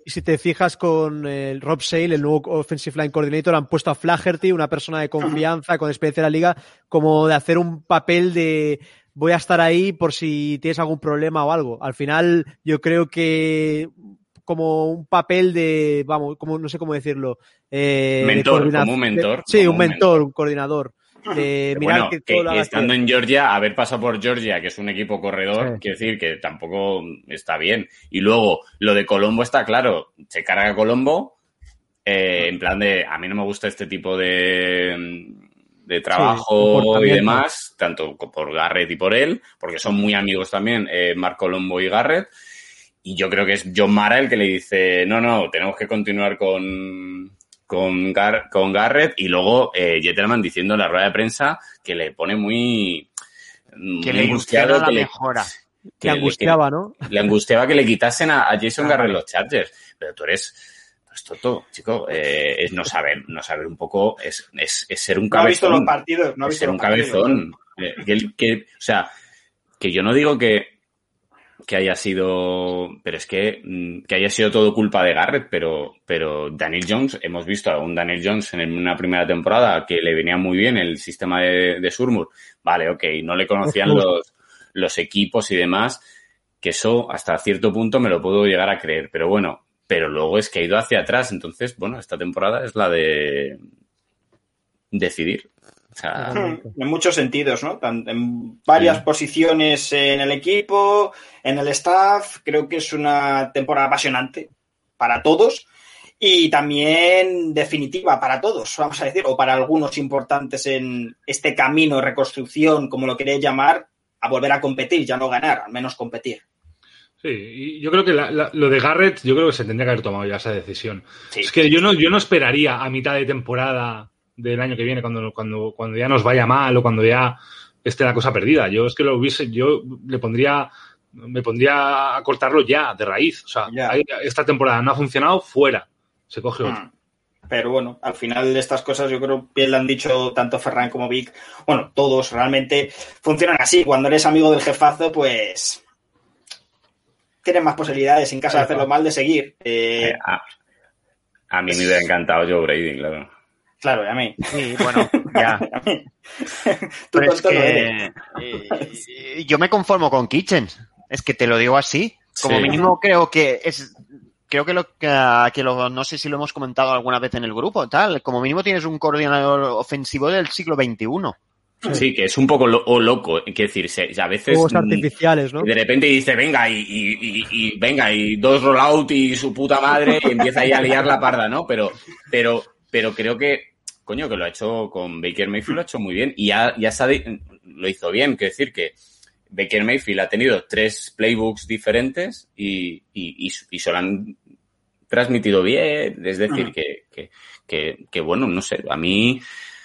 Y si te fijas con el Rob Sale, el nuevo Offensive Line Coordinator, han puesto a Flaherty, una persona de confianza, con experiencia en la liga, como de hacer un papel de voy a estar ahí por si tienes algún problema o algo. Al final, yo creo que como un papel de, vamos, como no sé cómo decirlo. Eh, mentor, de como un mentor. De, sí, como un mentor, mentor, un coordinador. De mirar bueno, que, que, todo que estando en Georgia, haber pasado por Georgia, que es un equipo corredor, sí. Quiero decir que tampoco está bien. Y luego, lo de Colombo está claro, se carga Colombo, eh, en plan de, a mí no me gusta este tipo de, de trabajo sí, y demás, tanto por Garrett y por él, porque son muy amigos también, eh, Mark Colombo y Garrett, y yo creo que es John Mara el que le dice, no, no, tenemos que continuar con... Con, Gar- con Garrett y luego eh, Jettelman diciendo en la rueda de prensa que le pone muy, muy que le angustiado la que mejora. Le, que le angustiaba, que, ¿no? Le angustiaba que le quitasen a, a Jason ah, Garrett los Chargers. Pero tú eres, esto todo, chico, eh, es no saber, no saber un poco, es, es, es ser un cabezón. No ha visto los partidos, no ha es visto ser los un partidos, cabezón. ¿no? Eh, que, que, o sea, que yo no digo que que haya sido, pero es que, que haya sido todo culpa de Garrett, pero, pero Daniel Jones, hemos visto a un Daniel Jones en una primera temporada que le venía muy bien el sistema de, de Shurmur. Vale, ok, no le conocían los, los equipos y demás, que eso hasta cierto punto me lo puedo llegar a creer, pero bueno, pero luego es que ha ido hacia atrás, entonces, bueno, esta temporada es la de decidir. O sea, en muchos sentidos, ¿no? En varias sí. posiciones en el equipo, en el staff. Creo que es una temporada apasionante para todos y también definitiva para todos, vamos a decir, o para algunos importantes en este camino de reconstrucción, como lo queréis llamar, a volver a competir, ya no ganar, al menos competir. Sí, y yo creo que la, la, lo de Garrett, yo creo que se tendría que haber tomado ya esa decisión. Sí. Es que yo no, yo no esperaría a mitad de temporada del año que viene, cuando, cuando, cuando ya nos vaya mal o cuando ya esté la cosa perdida. Yo es que lo hubiese, yo le pondría, me pondría a cortarlo ya, de raíz. O sea, hay, esta temporada no ha funcionado, fuera. Se coge otro. Pero bueno, al final de estas cosas yo creo que le han dicho tanto Ferran como Vic, bueno, todos realmente funcionan así. Cuando eres amigo del jefazo, pues tienes más posibilidades en caso de hacerlo mal de seguir. Eh, eh, a, a mí me hubiera encantado Joe Brady, claro. Claro, y a mí. Sí, bueno, ya. Tú Pero es que, eh, yo me conformo con Kitchens. Es que te lo digo así. Como sí. mínimo creo que es... Creo que lo que, que lo, no sé si lo hemos comentado alguna vez en el grupo, tal. Como mínimo tienes un coordinador ofensivo del siglo veintiuno. Sí, que es un poco lo, o loco. Es decir, se, a veces... Juegos artificiales, ¿no? De repente dice, venga, y, y, y, y venga, y dos rollout y su puta madre, y empieza ahí a liar la parda, ¿no? Pero, pero, pero creo que, coño, que lo ha hecho con Baker Mayfield, lo ha hecho muy bien. Y ya, ya sabe, lo hizo bien. Quiero decir que Baker Mayfield ha tenido tres playbooks diferentes y, y, y, y se lo han transmitido bien. Es decir, que, que, que, que, bueno, no sé, a mí...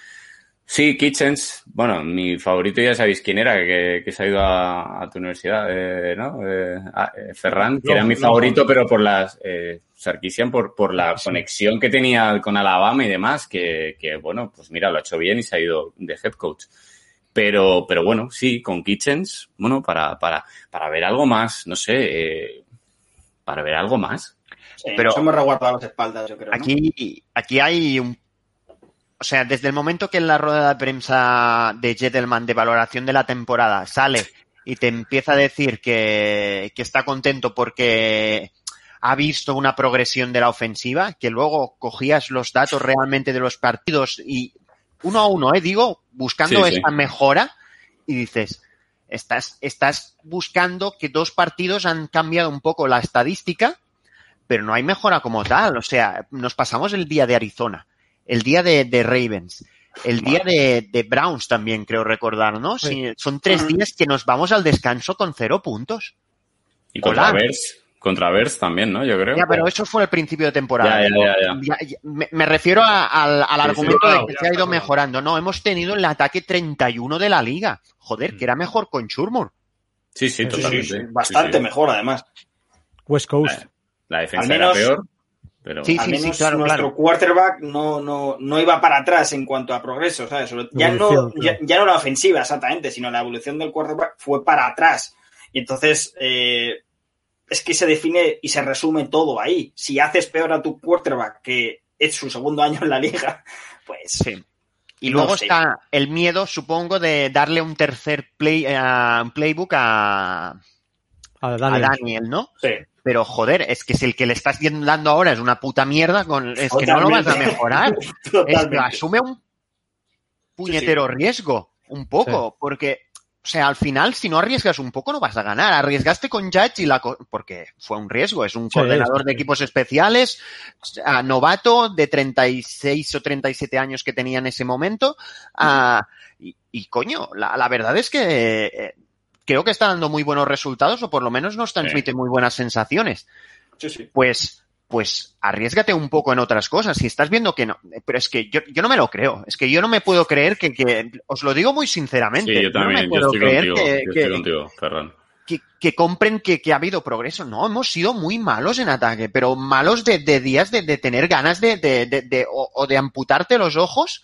Sí, Kitchens, bueno, mi favorito ya sabéis quién era, que, que se ha ido a, a tu universidad, eh, ¿no? Eh, a, eh, Ferran, que era mi favorito, pero por las, eh, Sarkisian, por, por la conexión que tenía con Alabama y demás, que, que, bueno, pues mira, lo ha hecho bien y se ha ido de head coach. Pero, pero bueno, sí, con Kitchens, bueno, para, para, para ver algo más, no sé, eh, para ver algo más. Sí, pero nos hemos reguardado las espaldas, yo creo, ¿no? Aquí, aquí hay un... O sea, desde el momento que en la rueda de prensa de Jettelman de valoración de la temporada sale y te empieza a decir que, que está contento porque ha visto una progresión de la ofensiva, que luego cogías los datos realmente de los partidos y uno a uno, eh, digo, buscando sí, esta sí. mejora y dices, estás, estás buscando que dos partidos han cambiado un poco la estadística, pero no hay mejora como tal. O sea, nos pasamos el día de Arizona, el día de, de Ravens, el día de, de Browns también, creo recordar, ¿no? Sí. Sí, son tres uh-huh. días que nos vamos al descanso con cero puntos. Y contra Bears, contra Bears también, ¿no? Yo creo. Ya, pero eso fue el principio de temporada. Ya, ya, ya, ya. Ya, ya, me, me refiero a, al, al sí, argumento sí, claro, de que se ha ido claro. mejorando. No, hemos tenido el ataque treinta y uno de la liga. Joder, que era mejor con Shurmur. Sí, sí, totalmente. Sí, sí, bastante sí, sí. mejor, además. West Coast. La, la defensa menos... era peor. Pero... Sí, sí, sí, claro, nuestro claro. quarterback no, no, no iba para atrás en cuanto a progreso, ¿sabes? Ya no, ya, ya no la ofensiva exactamente, sino la evolución del quarterback fue para atrás. Y entonces, eh, es que se define y se resume todo ahí. Si haces peor a tu quarterback, que es su segundo año en la liga, pues... Sí. Y luego no sé. está el miedo, supongo, de darle un tercer play, uh, playbook a, A Daniel. a Daniel, ¿no? Sí. Pero, joder, es que si el que le estás dando ahora es una puta mierda, con, es que no lo vas a mejorar. Es que asume un puñetero sí, sí. riesgo, un poco, sí. porque, o sea, al final, si no arriesgas un poco, no vas a ganar. Arriesgaste con Judge y la... porque fue un riesgo, es un sí, coordinador sí. de equipos especiales, uh, novato, de treinta y seis o treinta y siete años que tenía en ese momento, uh, y, y, coño, la, la verdad es que... Eh, creo que está dando muy buenos resultados o por lo menos nos transmite sí. muy buenas sensaciones. Sí, sí. Pues, pues arriésgate un poco en otras cosas. Si estás viendo que no, pero es que yo, yo no me lo creo. Es que yo no me puedo creer que, que os lo digo muy sinceramente. Sí, yo también. No me puedo yo estoy creer contigo, que, yo que, estoy contigo, Ferran. Que, que compren que, que ha habido progreso. No, hemos sido muy malos en ataque, pero malos de, de días de, de tener ganas de, de, de, de o, o de amputarte los ojos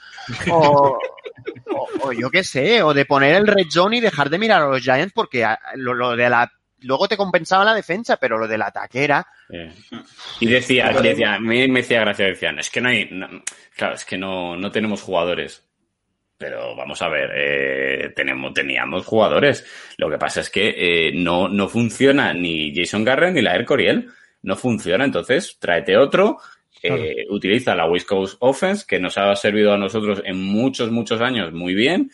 o, o, o yo qué sé, o de poner el red zone y dejar de mirar a los Giants porque lo, lo de la luego te compensaba la defensa, pero lo del ataque era... Eh. Y decía, decía, a mí me decía gracia, decían, es que no hay... No, claro, es que no, no tenemos jugadores. Pero vamos a ver, eh, tenemos, teníamos jugadores. Lo que pasa es que eh, no, no funciona ni Jason Garrett ni la Air Coryell. No funciona, entonces tráete otro, claro. eh, utiliza la West Coast Offense, que nos ha servido a nosotros en muchos, muchos años muy bien,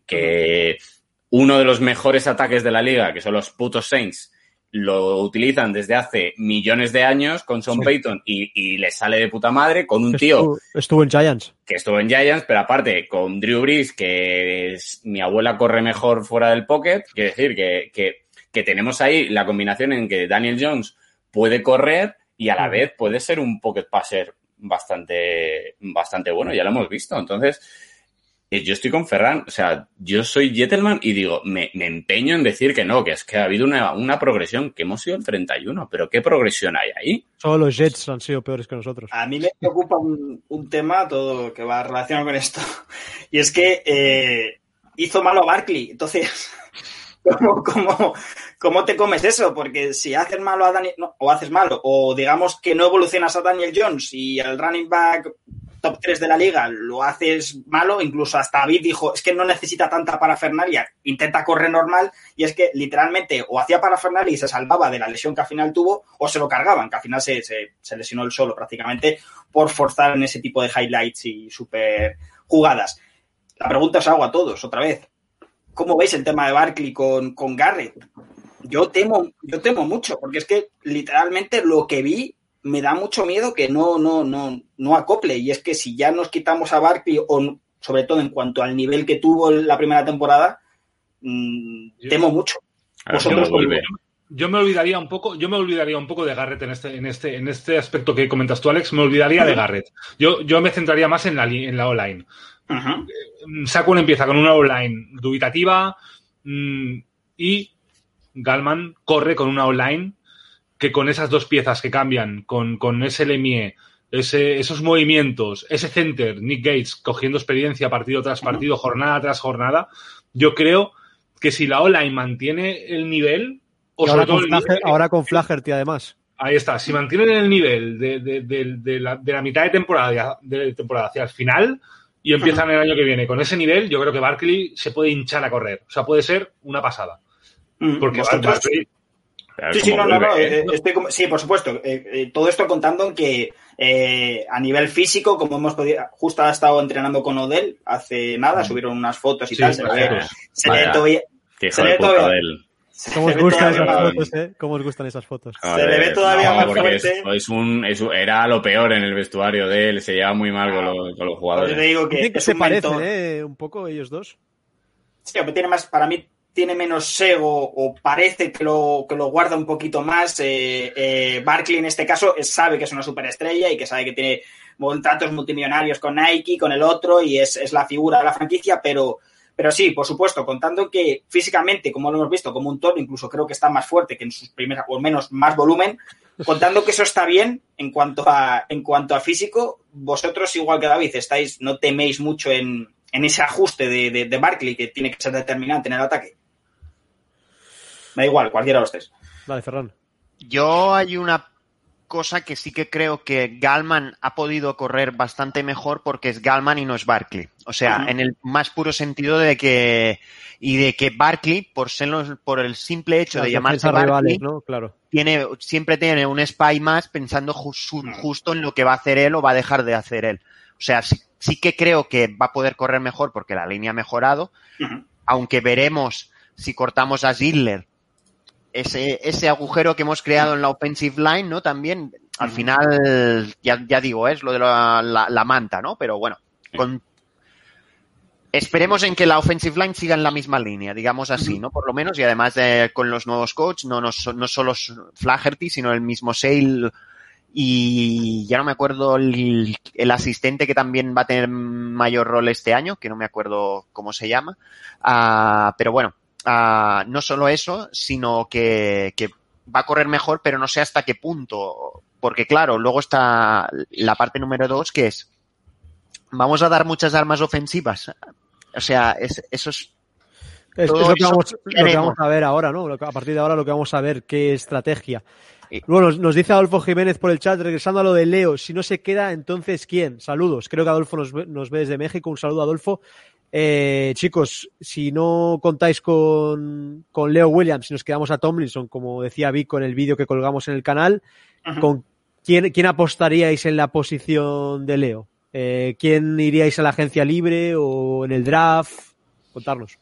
que uno de los mejores ataques de la liga, que son los putos Saints, lo utilizan desde hace millones de años con Sean sí. Payton y, y les sale de puta madre con un tío... Estuvo, estuvo en Giants. Que estuvo en Giants, pero aparte con Drew Brees, que es, mi abuela corre mejor fuera del pocket. Quiere decir que, que, que tenemos ahí la combinación en que Daniel Jones puede correr y a la vez puede ser un pocket passer bastante, bastante bueno. Ya lo hemos visto. Entonces... Yo estoy con Ferran, o sea, yo soy Gentleman y digo, me, me empeño en decir que no, que es que ha habido una, una progresión, que hemos sido el treinta y uno, pero ¿qué progresión hay ahí? Solo los Jets han sido peores que nosotros. A mí me preocupa un, un tema, todo que va relacionado con esto, y es que eh, hizo malo a Barkley, entonces, ¿cómo, cómo, cómo te comes eso? Porque si haces malo a Daniel, no, o haces malo, o digamos que no evolucionas a Daniel Jones y al running back... top tres de la liga, lo haces malo, incluso hasta David dijo, es que no necesita tanta parafernalia, intenta correr normal, y es que literalmente o hacía parafernalia y se salvaba de la lesión que al final tuvo, o se lo cargaban, que al final se, se, se lesionó él solo prácticamente por forzar en ese tipo de highlights y super jugadas. La pregunta os hago a todos, otra vez, ¿cómo veis el tema de Barkley con, con Garrett? Yo temo, yo temo mucho, porque es que literalmente lo que vi me da mucho miedo que no, no, no, no acople. Y es que si ya nos quitamos a Barkley, o sobre todo en cuanto al nivel que tuvo la primera temporada, mmm, yo, temo mucho. Vosotros yo, me, yo me olvidaría un poco, yo me olvidaría un poco de Garrett en este, en este, en este aspecto que comentas tú, Alex, me olvidaría de Garrett. Yo, yo me centraría más en la, en la O-line. Uh-huh. Saquon empieza con una O-line dubitativa mmm, y Gallman corre con una O-line que con esas dos piezas que cambian, con, con ese Lemie, ese, esos movimientos, ese center, Nick Gates, cogiendo experiencia partido tras partido, jornada tras jornada, yo creo que si la O-line mantiene el nivel... O ahora, sobre todo con Flaher, el, ahora con Flaherty, además. Ahí está, si mantienen el nivel de, de, de, de, la, de la mitad de temporada, de temporada hacia el final y empiezan el año que viene con ese nivel, yo creo que Barkley se puede hinchar a correr. O sea, puede ser una pasada. Porque Barkley... Sí, sí, no, no, no, eh, estoy como, sí, por supuesto. Eh, eh, todo esto contando en que eh, a nivel físico, como hemos podido, justo ha estado entrenando con Odell hace nada, subieron unas fotos y sí, tal, se le ve, se le ve todavía, se le ve todavía. ¿Cómo os gustan esas fotos, eh? ¿Cómo os gustan esas fotos? A se ver, le ve todavía no, más fuerte. Es, es un, es un, era lo peor en el vestuario de él, se lleva muy mal con, los, con los jugadores. Yo te digo que, que es se un parecen, mentor. ¿eh? Un poco ellos dos. Sí, pero tiene más, para mí, tiene menos sego o parece que lo, que lo guarda un poquito más. Eh, eh, Barkley en este caso es, sabe que es una superestrella y que sabe que tiene contratos multimillonarios con Nike, con el otro y es, es la figura de la franquicia, pero, pero sí, por supuesto, contando que físicamente, como lo hemos visto, como un toro, incluso creo que está más fuerte que en sus primeras, o al menos más volumen, contando que eso está bien en cuanto a, en cuanto a físico, vosotros igual que David estáis, no teméis mucho en, en ese ajuste de, de, de Barkley que tiene que ser determinante en el ataque. Me da igual, cualquiera de los tres. Vale, Ferran. Yo hay una cosa que sí que creo que Gallman ha podido correr bastante mejor porque es Gallman y no es Barkley. O sea, uh-huh. en el más puro sentido de que y de que Barkley, por ser los, por el simple hecho Las de llamarse Barkley, rivales, ¿no? Claro. tiene, siempre tiene un spy más pensando ju- justo en lo que va a hacer él o va a dejar de hacer él. O sea, sí, sí que creo que va a poder correr mejor porque la línea ha mejorado, uh-huh. aunque veremos si cortamos a Zidler ese, ese agujero que hemos creado en la offensive line, ¿no? También, al uh-huh. final, ya, ya digo, es lo de la, la, la manta, ¿no? Pero bueno, con, esperemos en que la offensive line siga en la misma línea, digamos así, uh-huh. ¿no? Por lo menos, y además de, con los nuevos coaches, no, no, no solo Flaherty, sino el mismo Sale, y ya no me acuerdo el, el asistente que también va a tener mayor rol este año, que no me acuerdo cómo se llama, uh, pero bueno, Uh, no solo eso, sino que, que va a correr mejor, pero no sé hasta qué punto. Porque claro, luego está la parte número dos, que es, vamos a dar muchas armas ofensivas. O sea, es, eso es... Es, es lo, que vamos, lo que vamos a ver ahora, ¿no? A partir de ahora lo que vamos a ver, qué estrategia. Luego nos, nos dice Adolfo Jiménez por el chat, regresando a lo de Leo, si no se queda, entonces ¿quién? Saludos. Creo que Adolfo nos ve, nos ve desde México. Un saludo, Adolfo. Eh, chicos, si no contáis con, con Leo Williams, si nos quedamos a Tomlinson, como decía Vico en el vídeo que colgamos en el canal, uh-huh. ¿con quién, quién apostaríais en la posición de Leo? Eh, ¿Quién iríais a la agencia libre o en el draft? Contarnos.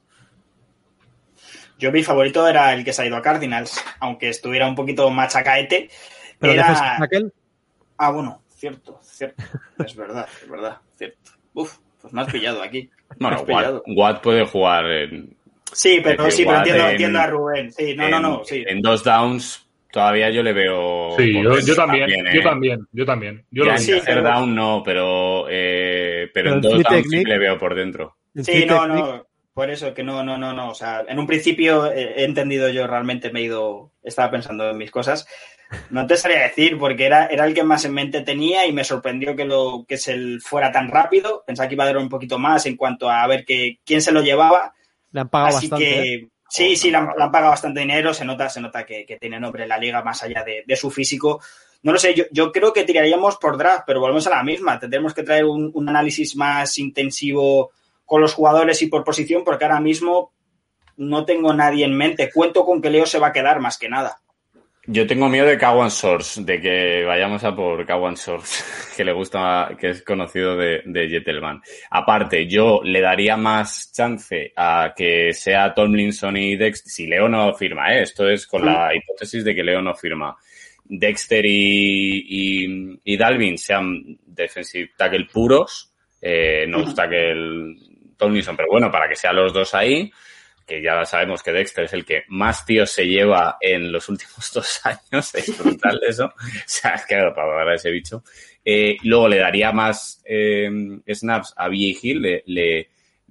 Yo mi favorito era el que se ha ido a Cardinals, aunque estuviera un poquito machacaete. ¿Pero era... aquel? Ah, bueno, cierto, cierto. Es verdad, es verdad, cierto. Uf. Pues me has pillado aquí. Bueno, Watt, Watt puede jugar en... Sí, pero sí, pero entiendo, en, entiendo a Rubén. Sí, no, en, no, no. Sí. En dos downs todavía yo le veo... Sí, yo, yo también, también ¿eh? yo también, yo también. Yo ya lo en sí, tercer pero... down no, pero, eh, pero, pero en dos downs technique, sí le veo por dentro. Sí, no, no. Por eso que no, no, no, no. O sea, en un principio he entendido yo realmente, me he ido... Estaba pensando en mis cosas. No te sabría decir, porque era, era el que más en mente tenía y me sorprendió que lo que se fuera tan rápido. Pensaba que iba a durar un poquito más en cuanto a ver que, quién se lo llevaba. Le han pagado Así bastante. Que, ¿eh? Sí, sí, le han, le han pagado bastante dinero. Se nota, se nota que, que tiene nombre en la liga más allá de, de su físico. No lo sé, yo, yo creo que tiraríamos por draft, pero volvemos a la misma. Tendremos que traer un, un análisis más intensivo con los jugadores y por posición, porque ahora mismo no tengo nadie en mente. Cuento con que Leo se va a quedar más que nada. Yo tengo miedo de Kawan Source, de que vayamos a por Kawan Source, que le gusta, que es conocido de, de Gentleman. Aparte, yo le daría más chance a que sea Tomlinson y Dexter, si Leo no firma, ¿eh? Esto es con la hipótesis de que Leo no firma. Dexter y, y, y Dalvin sean defensive tackle puros, eh, no gusta que el Tomlinson, pero bueno, para que sean los dos ahí, que ya sabemos que Dexter es el que más tíos se lleva en los últimos dos años, es brutal eso, o sea, es que para agarrar a ese bicho. Eh, luego le daría más eh, snaps a B J Hill, le, le,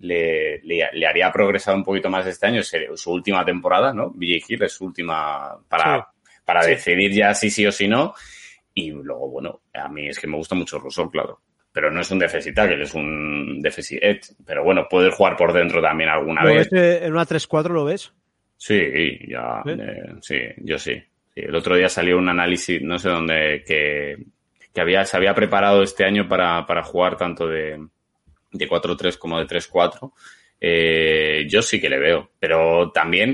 le, le, le haría progresar un poquito más este año, sería su última temporada, ¿no? B J Hill es su última para, sí. para sí. decidir ya si sí o si no, y luego, bueno, a mí es que me gusta mucho Russell, claro. Pero no es un defensive tackle, es un defensive edge. Pero bueno, puede jugar por dentro también alguna ¿Lo vez. ves en una tres cuatro lo ves? Sí, ya, ¿Eh? Eh, sí, yo sí. sí. El otro día salió un análisis, no sé dónde, que, que había, se había preparado este año para, para jugar tanto de, de cuatro tres como de tres cuatro. Eh, yo sí que le veo, pero también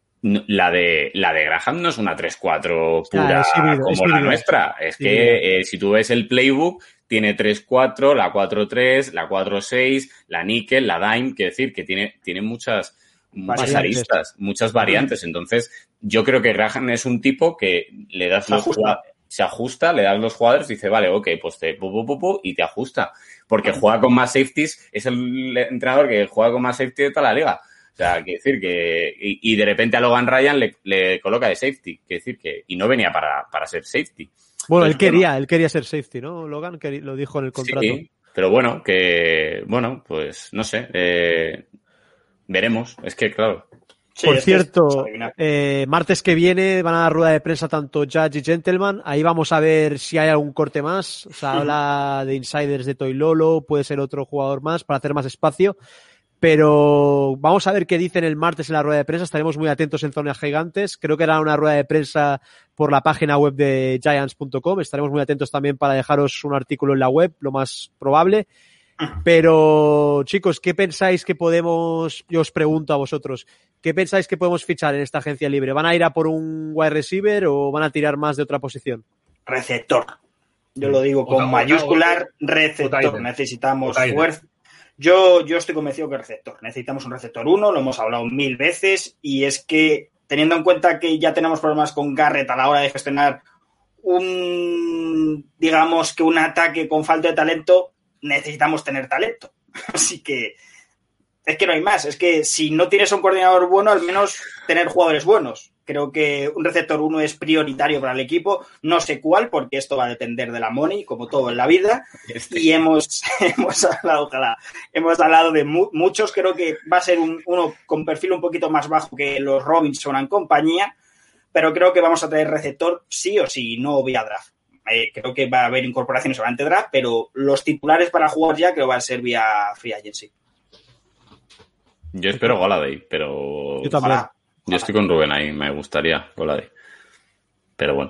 la de la de Graham no es una tres cuatro pura ah, híbrido, como la nuestra. Es sí, que eh, si tú ves el playbook, tiene tres cuatro, la cuatro tres, la cuatro seis, la níquel, la dime, quiere decir que tiene, tiene muchas, muchas aristas, muchas variantes. Entonces, yo creo que Graham es un tipo que le das se los ajusta. jugadores, se ajusta, le das los jugadores y dice, vale, ok, pues te pu, pu, pu, pu, y te ajusta. Porque juega con más safeties, es el entrenador que juega con más safety de toda la liga. O sea, quiere decir que... Y, y de repente a Logan Ryan le, le coloca de safety. Quiere decir que... Y no venía para, para ser safety. Bueno, Entonces, él quería, bueno, él quería ser safety, ¿no? Logan que lo dijo en el contrato. Sí, pero bueno, que... Bueno, pues no sé. Eh, veremos. Es que, claro... Sí, Por cierto, eh, martes que viene van a dar rueda de prensa tanto Judge y Gentleman. Ahí vamos a ver si hay algún corte más. O sea, habla de insiders de Toy Lolo, puede ser otro jugador más para hacer más espacio. Pero vamos a ver qué dicen el martes en la rueda de prensa. Estaremos muy atentos en Zona Gigantes. Creo que era una rueda de prensa por la página web de Giants punto com. Estaremos muy atentos también para dejaros un artículo en la web, lo más probable. Pero, chicos, ¿qué pensáis que podemos, yo os pregunto a vosotros, ¿qué pensáis que podemos fichar en esta agencia libre? ¿Van a ir a por un wide receiver o van a tirar más de otra posición? Receptor. Yo lo digo con o, mayúscular, o, receptor. o Necesitamos o fuerza. Yo, yo estoy convencido que receptor. Necesitamos un receptor uno, lo hemos hablado mil veces, y es que, teniendo en cuenta que ya tenemos problemas con Garrett a la hora de gestionar un, digamos que un ataque con falta de talento, necesitamos tener talento. Así que es que no hay más. Es que si no tienes un coordinador bueno, al menos tener jugadores buenos. Creo que un receptor uno es prioritario para el equipo. No sé cuál, porque esto va a depender de la money, como todo en la vida. Este. Y hemos, hemos hablado, ojalá, hemos hablado de mu- muchos. Creo que va a ser un, uno con perfil un poquito más bajo que los Robinson en compañía, pero creo que vamos a tener receptor sí o sí, no vía draft. Eh, creo que va a haber incorporaciones durante draft, pero los titulares para jugar ya creo que va a ser vía free agency. Yo espero Golladay, pero... Yo también. Ojalá. Yo estoy con Rubén ahí, me gustaría Golladay. Pero bueno.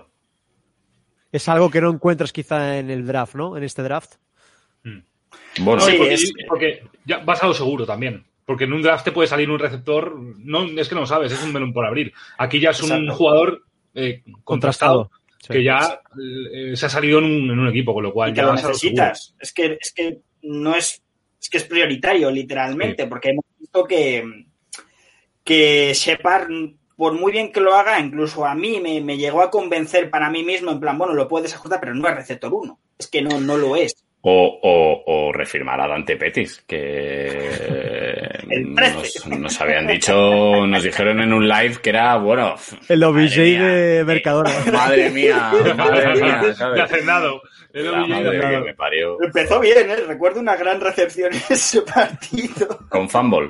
Es algo que no encuentras quizá en el draft, ¿no? En este draft. Bueno, sí, sí, porque, es... porque ya vas a lo seguro también. Porque en un draft te puede salir un receptor, no es que no lo sabes, es un melón por abrir. Aquí ya es un Exacto. jugador eh, contrastado, Sí. que ya eh, se ha salido en un, en un equipo, con lo cual Y que ya lo vas a lo necesitas. Es que, es que no es, es que es prioritario, literalmente, Sí. porque hemos visto que, que Shepard, por muy bien que lo haga, incluso a mí me, me llegó a convencer para mí mismo, en plan, bueno, lo puedes ajustar, pero no es receptor uno. Es que no, no lo es. O, o, o refirmar a Dante Pettis, que El trece. nos, nos habían dicho, nos dijeron en un live que era, bueno... El O B J madre mía, de Mercadona. Madre mía, madre mía, De ¿sabes? hacendado. El La O B J madre de que hacendado. me parió. Empezó bien, ¿eh? Recuerdo una gran recepción en ese partido. Con fumble.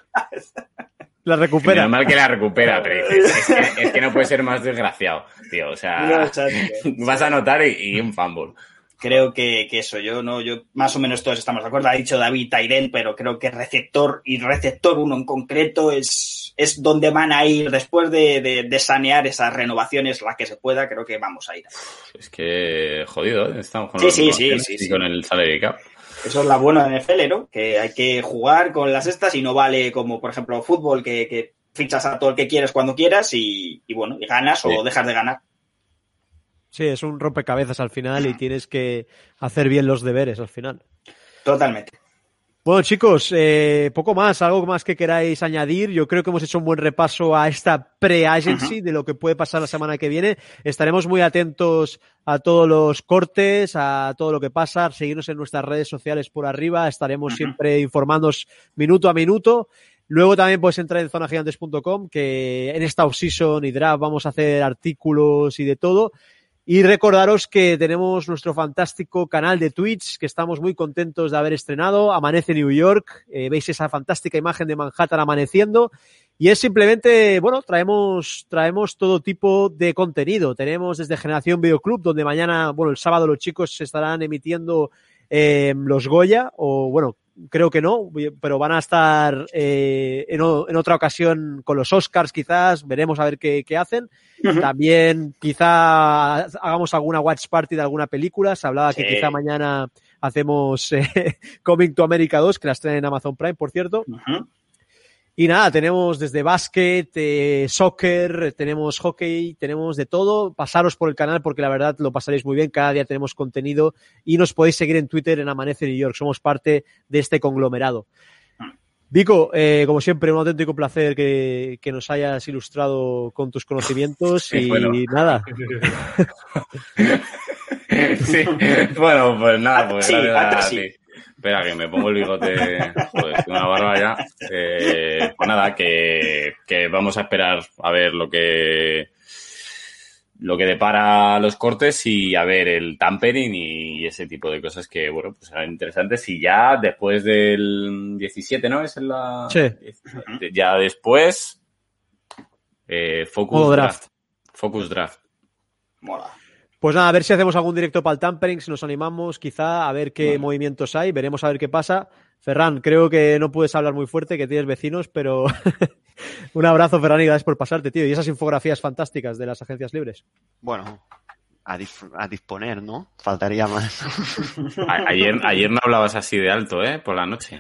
La recupera. Menos mal que la recupera, pero dices, es que, es que no puede ser más desgraciado, tío. O sea, No, exacto. vas a anotar y, y un fumble. Creo que, que eso, yo no, yo más o menos todos estamos de acuerdo. Ha dicho David Tyrell, pero creo que receptor y receptor uno en concreto es, es donde van a ir después de, de, de sanear esas renovaciones, la que se pueda. Creo que vamos a ir. Es que jodido, ¿eh? Estamos con Sí, las sí, sí, renovaciones sí, y sí. con el salary cap. Eso es la buena de N F L, ¿no? Que hay que jugar con las estas y no vale como, por ejemplo, fútbol, que, que fichas a todo el que quieres cuando quieras y, y bueno, y ganas Sí. o dejas de ganar. Sí, es un rompecabezas al final y tienes que hacer bien los deberes al final. Totalmente. Bueno, chicos, eh, poco más, algo más que queráis añadir. Yo creo que hemos hecho un buen repaso a esta pre-agency, uh-huh, de lo que puede pasar la semana que viene. Estaremos muy atentos a todos los cortes, a todo lo que pasa, seguirnos en nuestras redes sociales por arriba. Estaremos uh-huh. siempre informándoos minuto a minuto. Luego también puedes entrar en zona gigantes punto com, que en esta off-season y draft vamos a hacer artículos y de todo. Y recordaros que tenemos nuestro fantástico canal de Twitch, que estamos muy contentos de haber estrenado. Amanece New York. Eh, veis esa fantástica imagen de Manhattan amaneciendo. Y es simplemente, bueno, traemos, traemos todo tipo de contenido. Tenemos desde Generación Videoclub, donde mañana, bueno, el sábado los chicos se estarán emitiendo eh, los Goya, o bueno, creo que no, pero van a estar eh, en, en otra ocasión con los Oscars quizás, veremos a ver qué, qué hacen. Uh-huh. También quizá hagamos alguna watch party de alguna película, se hablaba sí. que quizá mañana hacemos eh, Coming to America dos, que la estrenan en Amazon Prime, por cierto. Uh-huh. Y nada, tenemos desde básquet, eh, soccer, tenemos hockey, tenemos de todo. Pasaros por el canal porque la verdad lo pasaréis muy bien. Cada día tenemos contenido y nos podéis seguir en Twitter en Amanece New York. Somos parte de este conglomerado. Vico, eh, como siempre, un auténtico placer que, que nos hayas ilustrado con tus conocimientos y bueno. nada. Sí, bueno, pues nada, pues sí, nada, sí. sí. Espera, que me pongo el bigote, joder, una barba ya. Eh, pues nada, que, que vamos a esperar a ver lo que lo que depara los cortes y a ver el tampering y ese tipo de cosas que, bueno, pues serán interesantes. Y ya después del diecisiete, ¿no? Es en la... Sí. Ya después, eh, Focus Modo draft. draft. Focus Draft. Mola. Pues nada, a ver si hacemos algún directo para el Tampering, si nos animamos, quizá, a ver qué bueno. movimientos hay, veremos a ver qué pasa. Ferran, creo que no puedes hablar muy fuerte, que tienes vecinos, pero un abrazo, Ferran, y gracias por pasarte, tío. Y esas infografías fantásticas de las agencias libres. Bueno, a, dif- a disponer, ¿no? Faltaría más. A- ayer, ayer no hablabas así de alto, ¿eh? Por la noche.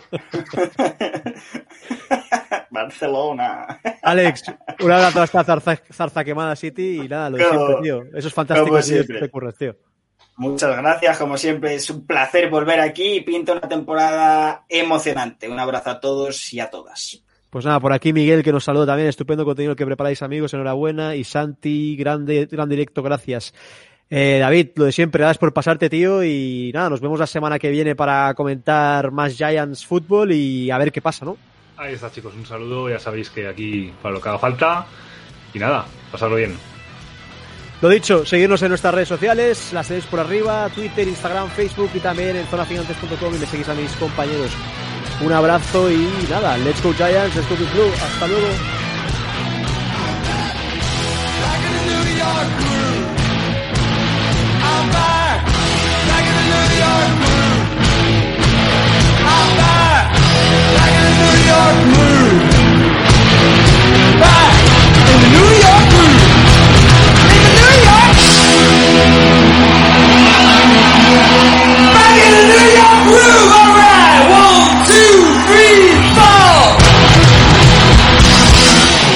Barcelona. Alex, un abrazo a esta zarza, zarza quemada City y nada, lo de Como, siempre, tío. Eso es fantástico que te ocurres, tío. Muchas gracias, como siempre, es un placer volver aquí y pinta una temporada emocionante. Un abrazo a todos y a todas. Pues nada, por aquí Miguel, que nos saluda también, estupendo contenido que preparáis, amigos, enhorabuena. Y Santi, grande, gran directo, gracias. Eh, David, lo de siempre, gracias por pasarte, tío, y nada, nos vemos la semana que viene para comentar más Giants Fútbol y a ver qué pasa, ¿no? Ahí está, chicos, un saludo, ya sabéis que aquí para lo que haga falta y nada, pasadlo bien. Lo dicho, seguirnos en nuestras redes sociales, las tenéis por arriba, Twitter, Instagram, Facebook y también en zona gigantes punto com y me seguís a mis compañeros. Un abrazo y nada, let's go Giants, let's go Big Blue, hasta luego.